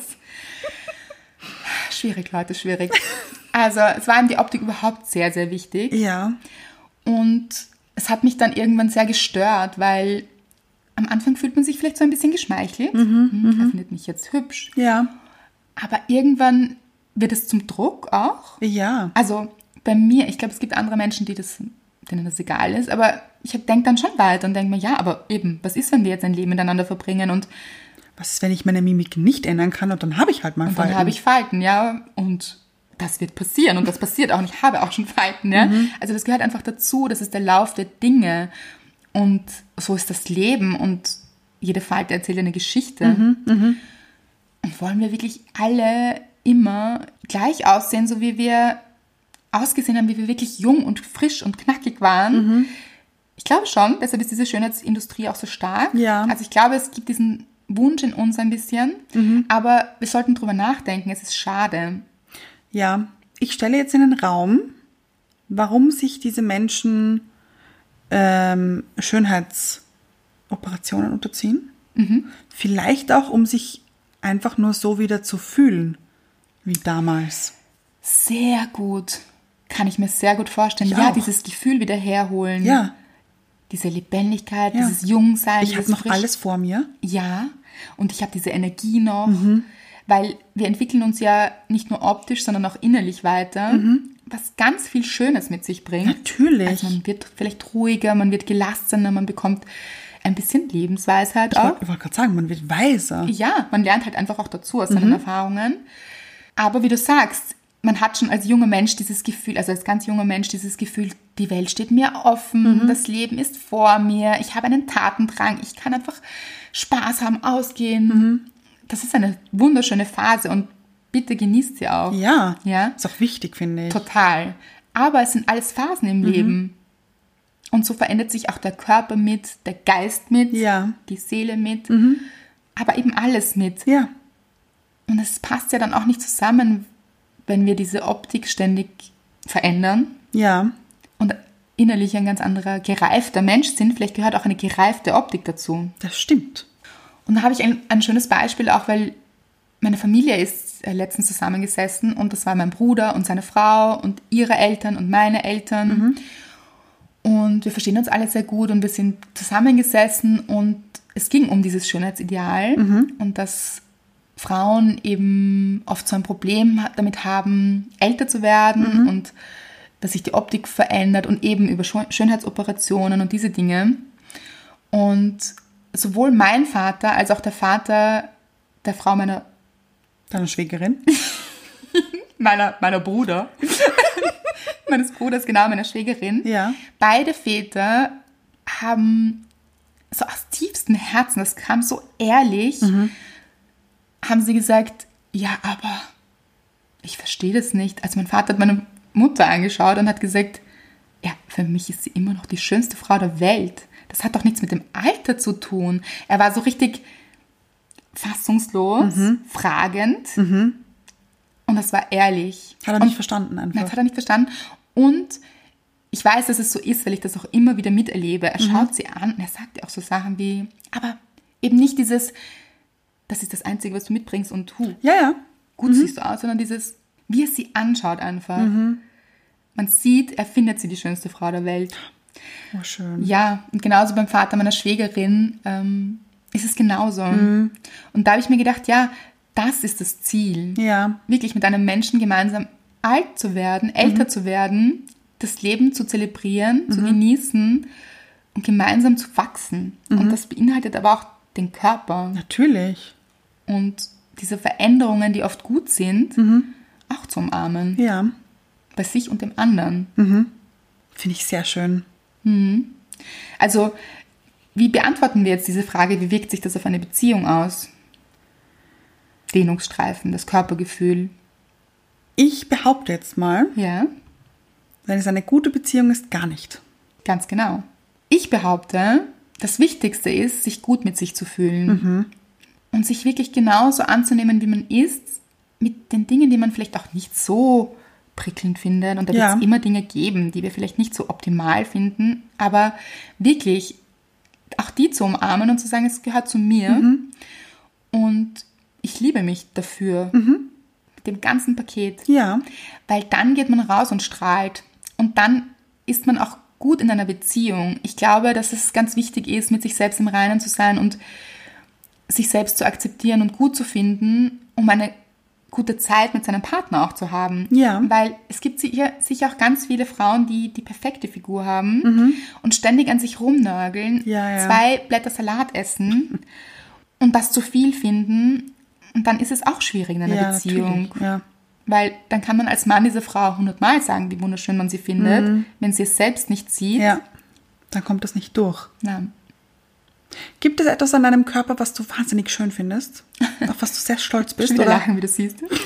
Schwierig, Leute, schwierig. Also, es war ihm die Optik überhaupt sehr, sehr wichtig. ja. Und es hat mich dann irgendwann sehr gestört, weil am Anfang fühlt man sich vielleicht so ein bisschen geschmeichelt. Mhm, er findet mich jetzt hübsch. Ja. Aber irgendwann wird es zum Druck auch. Ja. Also bei mir, ich glaube, es gibt andere Menschen, die das, denen das egal ist, aber ich denke dann schon weiter und denke mir, ja, aber eben, was ist, wenn wir jetzt ein Leben miteinander verbringen und, Was ist, wenn ich meine Mimik nicht ändern kann und dann habe ich halt mal und Falten? dann habe ich Falten, ja, und das wird passieren und das passiert auch und ich habe auch schon Falten, ja. Also das gehört einfach dazu, das ist der Lauf der Dinge und so ist das Leben und jede Falte erzählt eine Geschichte. Und wollen wir wirklich alle immer gleich aussehen, so wie wir ausgesehen haben, wie wir wirklich jung und frisch und knackig waren? Ich glaube schon, deshalb ist diese Schönheitsindustrie auch so stark. Ja. Also ich glaube, es gibt diesen Wunsch in uns ein bisschen, aber wir sollten drüber nachdenken, es ist schade. Ja, ich stelle jetzt in den Raum, warum sich diese Menschen ähm, Schönheitsoperationen unterziehen. Vielleicht auch, um sich einfach nur so wieder zu fühlen wie damals. Sehr gut. Kann ich mir sehr gut vorstellen. Ich ja, auch. dieses Gefühl wieder herholen. Ja, Diese Lebendigkeit, Ja. dieses Jungsein. ich dieses habe noch frisch- alles vor mir. Ja, und ich habe diese Energie noch, Mhm. weil wir entwickeln uns ja nicht nur optisch, sondern auch innerlich weiter, was ganz viel Schönes mit sich bringt. Mhm. Natürlich. Also man wird vielleicht ruhiger, man wird gelassener, man bekommt ein bisschen Lebensweisheit Ich auch. wollte wollt gerade sagen, man wird weiser. Ja, man lernt halt einfach auch dazu aus Mhm. seinen Erfahrungen. Aber wie du sagst, man hat schon als junger Mensch dieses Gefühl, also als ganz junger Mensch dieses Gefühl, die Welt steht mir offen, Mhm. das Leben ist vor mir, ich habe einen Tatendrang, ich kann einfach Spaß haben, ausgehen. Mhm. Das ist eine wunderschöne Phase und bitte genießt sie auch. Ja, Ja, ist auch wichtig, finde ich. total. Aber es sind alles Phasen im Leben. Und so verändert sich auch der Körper mit, der Geist mit, Ja. die Seele mit. aber eben alles mit. Ja. Und es passt ja dann auch nicht zusammen, wenn wir diese Optik ständig verändern. Ja. Und innerlich ein ganz anderer, gereifter Mensch sind. Vielleicht gehört auch eine gereifte Optik dazu. Das stimmt. Und da habe ich ein, ein schönes Beispiel auch, weil meine Familie ist äh, letztens zusammengesessen und das war mein Bruder und seine Frau und ihre Eltern und meine Eltern. Mhm. Und wir verstehen uns alle sehr gut und wir sind zusammengesessen und es ging um dieses Schönheitsideal mhm. und dass Frauen eben oft so ein Problem damit haben, älter zu werden mhm. und dass sich die Optik verändert und eben über Schönheitsoperationen und diese Dinge. Und sowohl mein Vater als auch der Vater der Frau meiner... Deiner Schwägerin? meiner, meiner Bruder. meines Bruders, genau, meiner Schwägerin. Ja. Beide Väter haben so aus tiefstem Herzen, das kam so ehrlich, mhm. haben sie gesagt, ja, aber ich verstehe das nicht. Also mein Vater hat meine Mutter angeschaut und hat gesagt, ja, für mich ist sie immer noch die schönste Frau der Welt. Das hat doch nichts mit dem Alter zu tun. Er war so richtig fassungslos, mhm. fragend mhm. und das war ehrlich. Hat er und, nicht verstanden einfach. Das hat er nicht verstanden. Und ich weiß, dass es so ist, weil ich das auch immer wieder miterlebe. Er mhm. schaut sie an und er sagt auch so Sachen wie, aber eben nicht dieses, das ist das Einzige, was du mitbringst und tu. Ja, ja. Gut mhm. siehst du aus, sondern dieses, wie er sie anschaut einfach. Mhm. Man sieht, er findet sie die schönste Frau der Welt. Oh, schön. Ja, und genauso beim Vater meiner Schwägerin ähm, ist es genauso. Mhm. Und da habe ich mir gedacht, ja, das ist das Ziel. Ja. Wirklich mit einem Menschen gemeinsam alt zu werden, älter mhm. zu werden, das Leben zu zelebrieren, mhm. zu genießen und gemeinsam zu wachsen. Mhm. Und das beinhaltet aber auch den Körper. Natürlich. Und diese Veränderungen, die oft gut sind, mhm. auch zu umarmen. Ja. Bei sich und dem anderen. Mhm. Finde ich sehr schön. Mhm. Also, wie beantworten wir jetzt diese Frage, wie wirkt sich das auf eine Beziehung aus? Dehnungsstreifen, das Körpergefühl. Ich behaupte jetzt mal, ja. wenn es eine gute Beziehung ist, gar nicht. Ganz genau. Ich behaupte, das Wichtigste ist, sich gut mit sich zu fühlen. Mhm. Und sich wirklich genauso anzunehmen, wie man ist, mit den Dingen, die man vielleicht auch nicht so prickelnd findet. Und da ja. wird es immer Dinge geben, die wir vielleicht nicht so optimal finden. Aber wirklich auch die zu umarmen und zu sagen, es gehört zu mir. Mhm. Und ich liebe mich dafür. Mhm. Mit dem ganzen Paket. Ja. Weil dann geht man raus und strahlt. Und dann ist man auch gut in einer Beziehung. Ich glaube, dass es ganz wichtig ist, mit sich selbst im Reinen zu sein und sich selbst zu akzeptieren und gut zu finden, um eine gute Zeit mit seinem Partner auch zu haben. Ja. Weil es gibt sicher, sicher auch ganz viele Frauen, die die perfekte Figur haben mhm. und ständig an sich rumnörgeln, ja, ja. zwei Blätter Salat essen und das zu viel finden. Und dann ist es auch schwierig in einer ja, Beziehung. Ja. Weil dann kann man als Mann dieser Frau hundertmal sagen, wie wunderschön man sie findet. Mhm. Wenn sie es selbst nicht sieht, ja. dann kommt das nicht durch. Ja. Gibt es etwas an deinem Körper, was du wahnsinnig schön findest? Auf was du sehr stolz bist? Ich will oder? lachen, wie du siehst. Was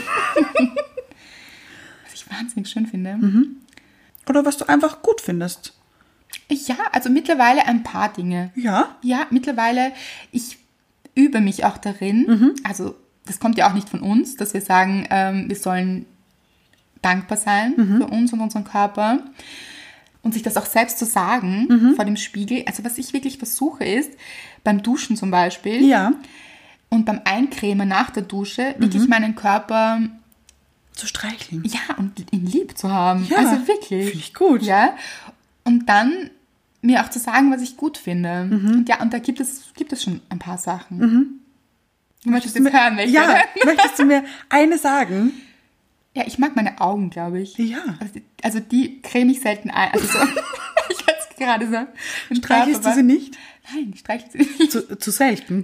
ich wahnsinnig schön finde. Mhm. Oder was du einfach gut findest? Ja, also mittlerweile ein paar Dinge. Ja? Ja, mittlerweile, ich übe mich auch darin. Mhm. Also das kommt ja auch nicht von uns, dass wir sagen, ähm, wir sollen dankbar sein mhm. für uns und unseren Körper. Und sich das auch selbst zu sagen mhm. vor dem Spiegel. Also was ich wirklich versuche ist, beim Duschen zum Beispiel ja. und beim Eincremen nach der Dusche, mhm. wirklich meinen Körper zu streicheln. Ja, und ihn lieb zu haben. Ja, also wirklich. Finde ich gut. Ja. Und dann mir auch zu sagen, was ich gut finde. Mhm. Und ja, und da gibt es, gibt es schon ein paar Sachen. Mhm. Du möchtest jetzt hören, welche? Ja, möchtest du mir eine sagen? Ja, ich mag meine Augen, glaube ich. Ja. Also die, also die creme ich selten ein. Also so, ich hatte gerade so. Streichelst du sie nicht? Nein, ich streichle sie nicht. Zu, zu selten.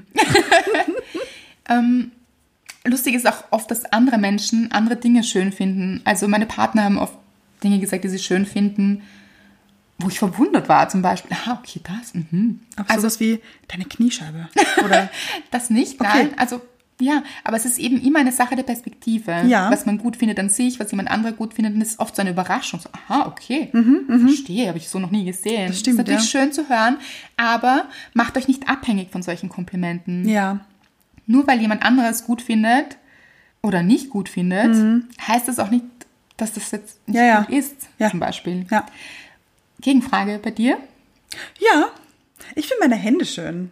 ähm, lustig ist auch oft, dass andere Menschen andere Dinge schön finden. Also meine Partner haben oft Dinge gesagt, die sie schön finden, wo ich verwundert war. Zum Beispiel, ah, okay, das. Mhm. Auch also sowas wie deine Kniescheibe, oder? Das nicht, nein. Okay. Also ja, aber es ist eben immer eine Sache der Perspektive. Ja. Was man gut findet an sich, was jemand anderer gut findet. Und das ist oft so eine Überraschung. So, aha, okay, mhm, verstehe, habe ich so noch nie gesehen. Das stimmt, ist natürlich ja. schön zu hören, aber macht euch nicht abhängig von solchen Komplimenten. Ja. Nur weil jemand anderes gut findet oder nicht gut findet, mhm. heißt das auch nicht, dass das jetzt nicht ja, gut ja. ist, ja. zum Beispiel. Ja. Gegenfrage bei dir? Ja, ich finde meine Hände schön.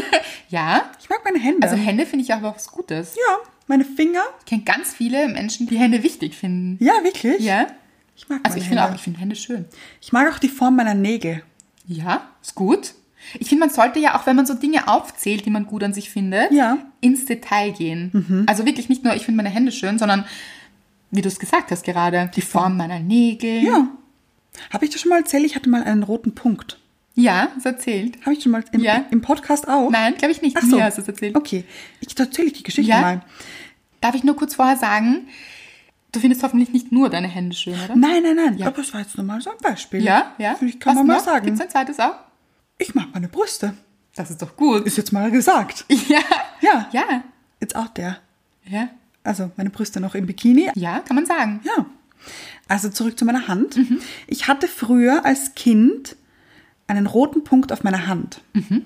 Ja? Ich mag meine Hände. Also Hände finde ich auch was Gutes. Ja, meine Finger. Ich kenne ganz viele Menschen, die Hände wichtig finden. Ja, wirklich? Ja. Ich mag also meine ich finde Hände. auch, ich finde Hände schön. Ich mag auch die Form meiner Nägel. Ja, ist gut. Ich finde, man sollte ja auch, wenn man so Dinge aufzählt, die man gut an sich findet, ja. ins Detail gehen. Mhm. Also wirklich nicht nur, ich finde meine Hände schön, sondern, wie du es gesagt hast gerade, die Form meiner Nägel. Ja. Habe ich dir schon mal erzählt, ich hatte mal einen roten Punkt? Ja, das erzählt. Habe ich schon mal im, ja. im Podcast auch? Nein, glaube ich nicht. Ach so. Mir hast du es erzählt. Okay, ich erzähle die Geschichte ja? mal. Darf ich nur kurz vorher sagen, du findest hoffentlich nicht nur deine Hände schön, oder? Nein, nein, nein. Ja. Aber es war jetzt nur mal so ein Beispiel. Ja, ja. Ich kann Was man mal noch? sagen. Gibt es ein zweites auch? Ich mag meine Brüste. Das ist doch gut. Ist jetzt mal gesagt. Ja. Ja. Ja. Jetzt auch der. Ja. Also meine Brüste noch im Bikini. Ja, kann man sagen. Ja. Also zurück zu meiner Hand. Mhm. Ich hatte früher als Kind einen roten Punkt auf meiner Hand. Mhm.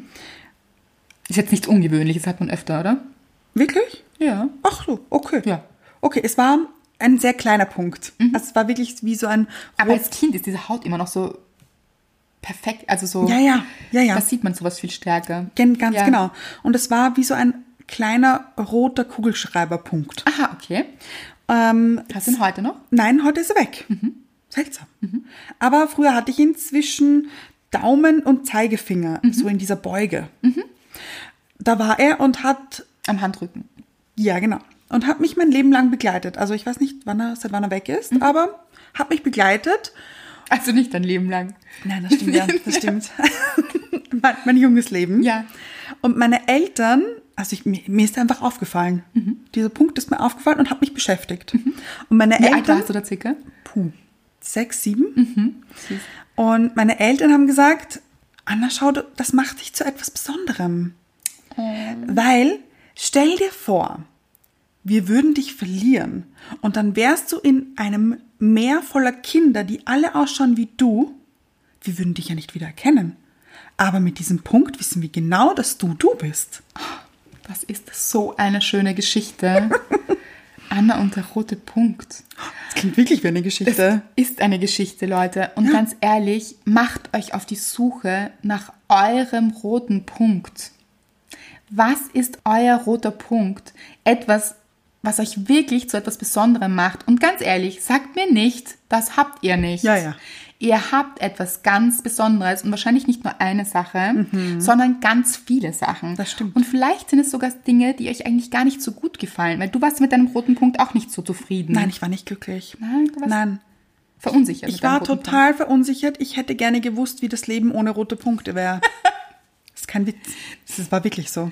Ist jetzt nichts Ungewöhnliches, hat man öfter, oder? Wirklich? Ja. Ach so, okay. Ja. Okay, es war ein sehr kleiner Punkt. Mhm. Also es war wirklich wie so ein... Aber als Kind ist diese Haut immer noch so perfekt, also so... Ja, ja, ja, ja. Da sieht man sowas viel stärker. Gen, ganz ja. genau. Und es war wie so ein kleiner roter Kugelschreiberpunkt. Aha, okay. Ähm, Hast du ihn heute noch? Nein, heute ist er weg. Mhm. Seltsam. Mhm. Aber früher hatte ich ihn zwischen Daumen und Zeigefinger, mhm. so in dieser Beuge. Mhm. Da war er und hat... Am Handrücken. Ja, genau. Und hat mich mein Leben lang begleitet. Also ich weiß nicht, wann er, seit wann er weg ist, mhm. aber hat mich begleitet. Also nicht dein Leben lang. Nein, das stimmt, ja, das stimmt. mein, mein junges Leben. Ja. Und meine Eltern, also ich, mir, mir ist einfach aufgefallen. Mhm. Dieser Punkt ist mir aufgefallen und hat mich beschäftigt. Mhm. Und meine Wie Eltern... alt warst du da circa? Puh, sechs, sieben. Mhm. Und meine Eltern haben gesagt, Anna, schau, das macht dich zu etwas Besonderem. Ähm. Weil, stell dir vor, wir würden dich verlieren und dann wärst du in einem Meer voller Kinder, die alle ausschauen wie du. Wir würden dich ja nicht wieder erkennen. Aber mit diesem Punkt wissen wir genau, dass du du bist. Das ist so eine schöne Geschichte. Anna und der rote Punkt. Das klingt wirklich wie eine Geschichte. Das ist eine Geschichte, Leute. Und ja. ganz ehrlich, macht euch auf die Suche nach eurem roten Punkt. Was ist euer roter Punkt? Etwas, was euch wirklich zu etwas Besonderem macht. Und ganz ehrlich, sagt mir nicht, das habt ihr nicht. Ja, ja. Ihr habt etwas ganz Besonderes und wahrscheinlich nicht nur eine Sache, mhm. sondern ganz viele Sachen. Das stimmt. Und vielleicht sind es sogar Dinge, die euch eigentlich gar nicht so gut gefallen, weil du warst mit deinem roten Punkt auch nicht so zufrieden. Nein, ich war nicht glücklich. Nein, du warst Nein. verunsichert. Ich mit deinem war roten total Punkt. verunsichert. Ich hätte gerne gewusst, wie das Leben ohne rote Punkte wäre. Das ist kein Witz. Das war wirklich so.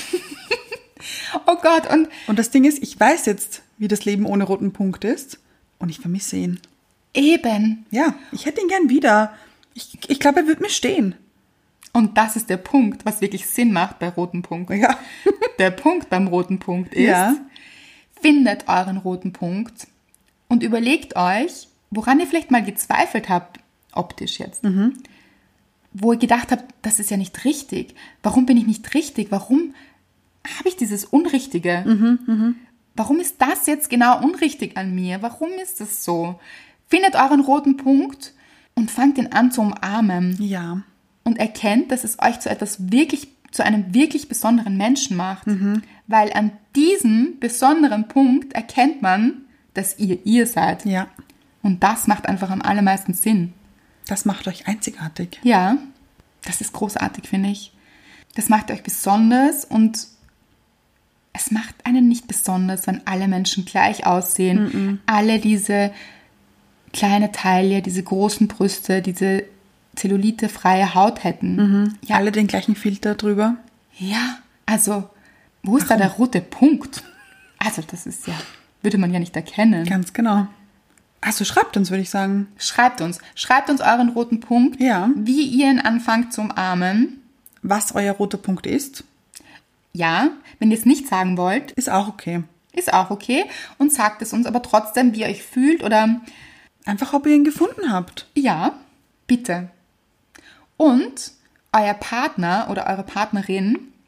Oh Gott. Und, und das Ding ist, ich weiß jetzt, wie das Leben ohne roten Punkt ist und ich vermisse ihn. Eben. Ja, ich hätte ihn gern wieder. Ich, ich glaube, er wird mir stehen. Und das ist der Punkt, was wirklich Sinn macht bei roten Punkten. Ja. Der Punkt beim roten Punkt ist, ja. findet euren roten Punkt und überlegt euch, woran ihr vielleicht mal gezweifelt habt, optisch jetzt. Mhm. Wo ihr gedacht habt, das ist ja nicht richtig. Warum bin ich nicht richtig? Warum habe ich dieses Unrichtige? Mhm, mh. Warum ist das jetzt genau unrichtig an mir? Warum ist das so? Findet euren roten Punkt und fangt ihn an zu umarmen. Ja. Und erkennt, dass es euch zu etwas wirklich, zu einem wirklich besonderen Menschen macht. Mhm. Weil an diesem besonderen Punkt erkennt man, dass ihr ihr seid. Ja. Und das macht einfach am allermeisten Sinn. Das macht euch einzigartig. Ja, das ist großartig, finde ich. Das macht euch besonders und es macht einen nicht besonders, wenn alle Menschen gleich aussehen. Mhm. Alle diese kleine Taille, diese großen Brüste, diese zellulitefreie Haut hätten. Mhm. Ja. Alle den gleichen Filter drüber. Ja, also wo ist Warum? da der rote Punkt? Also das ist ja, würde man ja nicht erkennen. Ganz genau. Also schreibt uns, würde ich sagen. Schreibt uns. Schreibt uns euren roten Punkt, ja. wie ihr ihn anfangt zu umarmen. Was euer roter Punkt ist. Ja, wenn ihr es nicht sagen wollt. Ist auch okay. Ist auch okay. Und sagt es uns aber trotzdem, wie ihr euch fühlt oder... Einfach, ob ihr ihn gefunden habt. Ja, bitte. Und euer Partner oder eure Partnerin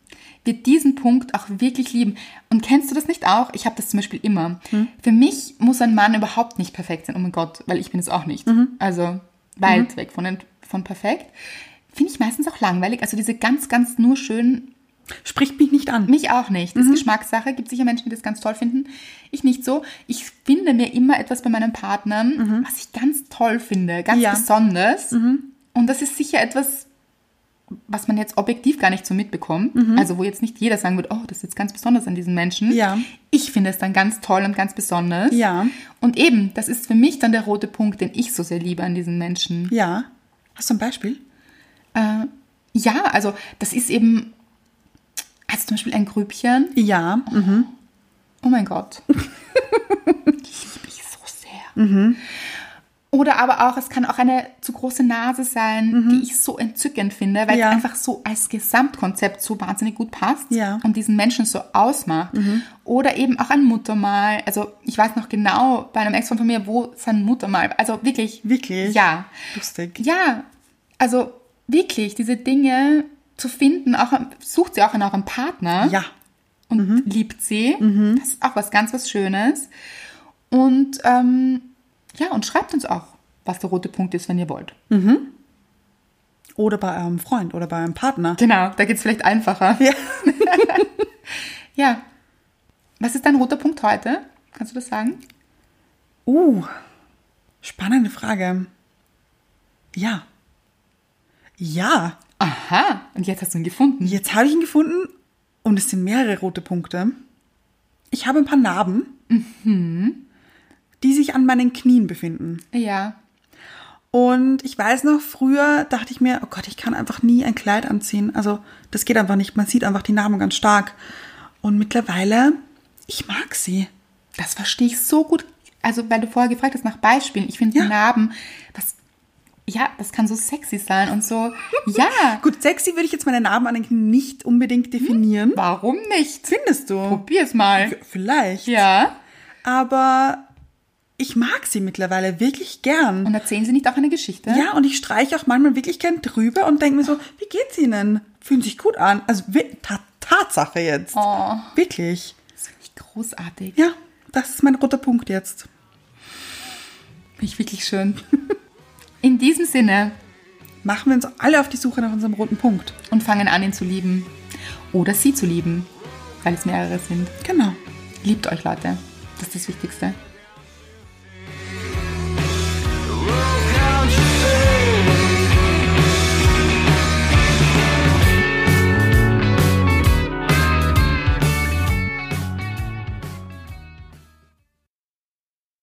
wird diesen Punkt auch wirklich lieben. Und kennst du das nicht auch? Ich habe das zum Beispiel immer. Mhm. Für mich muss ein Mann überhaupt nicht perfekt sein. Oh mein Gott, weil ich bin es auch nicht. Mhm. Also weit Mhm. weg von, von perfekt. Finde ich meistens auch langweilig. Also diese ganz, ganz nur schön... Spricht mich nicht an. Mich auch nicht. Das ist Geschmackssache. Gibt sicher Menschen, die das ganz toll finden. Ich nicht so. Ich finde mir immer etwas bei meinen Partnern, was ich ganz toll finde, ganz Ja. besonders. Und das ist sicher etwas, was man jetzt objektiv gar nicht so mitbekommt. Also wo jetzt nicht jeder sagen wird, oh, das ist jetzt ganz besonders an diesen Menschen. Ja. Ich finde es dann ganz toll und ganz besonders. Ja. Und eben, das ist für mich dann der rote Punkt, den ich so sehr liebe an diesen Menschen. Ja. Hast du ein Beispiel? Äh, ja, also das ist eben... Also zum Beispiel ein Grübchen. Ja. Mhm. Oh mein Gott. Liebe ich so sehr. Mhm. Oder aber auch, es kann auch eine zu große Nase sein, Mhm. die ich so entzückend finde, weil Ja. es einfach so als Gesamtkonzept so wahnsinnig gut passt Ja. und diesen Menschen so ausmacht. Oder eben auch ein Muttermal. Also ich weiß noch genau bei einem Ex-Freund von mir, wo sein Muttermal, also wirklich. Wirklich? Ja. Lustig. Ja, also wirklich, diese Dinge zu finden, auch, sucht sie auch in eurem Partner. Ja. Und liebt sie. Das ist auch was ganz was Schönes. Und ähm, ja, und schreibt uns auch, was der rote Punkt ist, wenn ihr wollt. Oder bei eurem Freund oder bei eurem Partner. Genau, da geht es vielleicht einfacher. Ja. Ja. Was ist dein roter Punkt heute? Kannst du das sagen? Uh, spannende Frage. Ja. Ja. Aha, und jetzt hast du ihn gefunden. Jetzt habe ich ihn gefunden und es sind mehrere rote Punkte. Ich habe ein paar Narben, die sich an meinen Knien befinden. Ja. Und ich weiß noch, früher dachte ich mir, oh Gott, ich kann einfach nie ein Kleid anziehen. Also das geht einfach nicht. Man sieht einfach die Narben ganz stark. Und mittlerweile, ich mag sie. Das verstehe ich so gut. Also, weil du vorher gefragt hast nach Beispielen. Ich finde Ja. Narben, was, ja, das kann so sexy sein und so, ja. Gut, sexy würde ich jetzt meine Narben an den Knien nicht unbedingt definieren. Warum nicht? Findest du? Probier es mal. V- Vielleicht. Ja. Aber ich mag sie mittlerweile wirklich gern. Und erzählen sie nicht auch eine Geschichte? Ja, und ich streiche auch manchmal wirklich gern drüber und denke mir so, wie geht's Ihnen? Fühlen sich gut an. Also wi- Ta- Tatsache jetzt. Oh, Wirklich. das finde ich großartig. Ja, das ist mein roter Punkt jetzt. Finde ich wirklich schön. In diesem Sinne. Machen wir uns alle auf die Suche nach unserem roten Punkt. Und fangen an, ihn zu lieben. Oder sie zu lieben. Weil es mehrere sind. Genau. Liebt euch, Leute. Das ist das Wichtigste.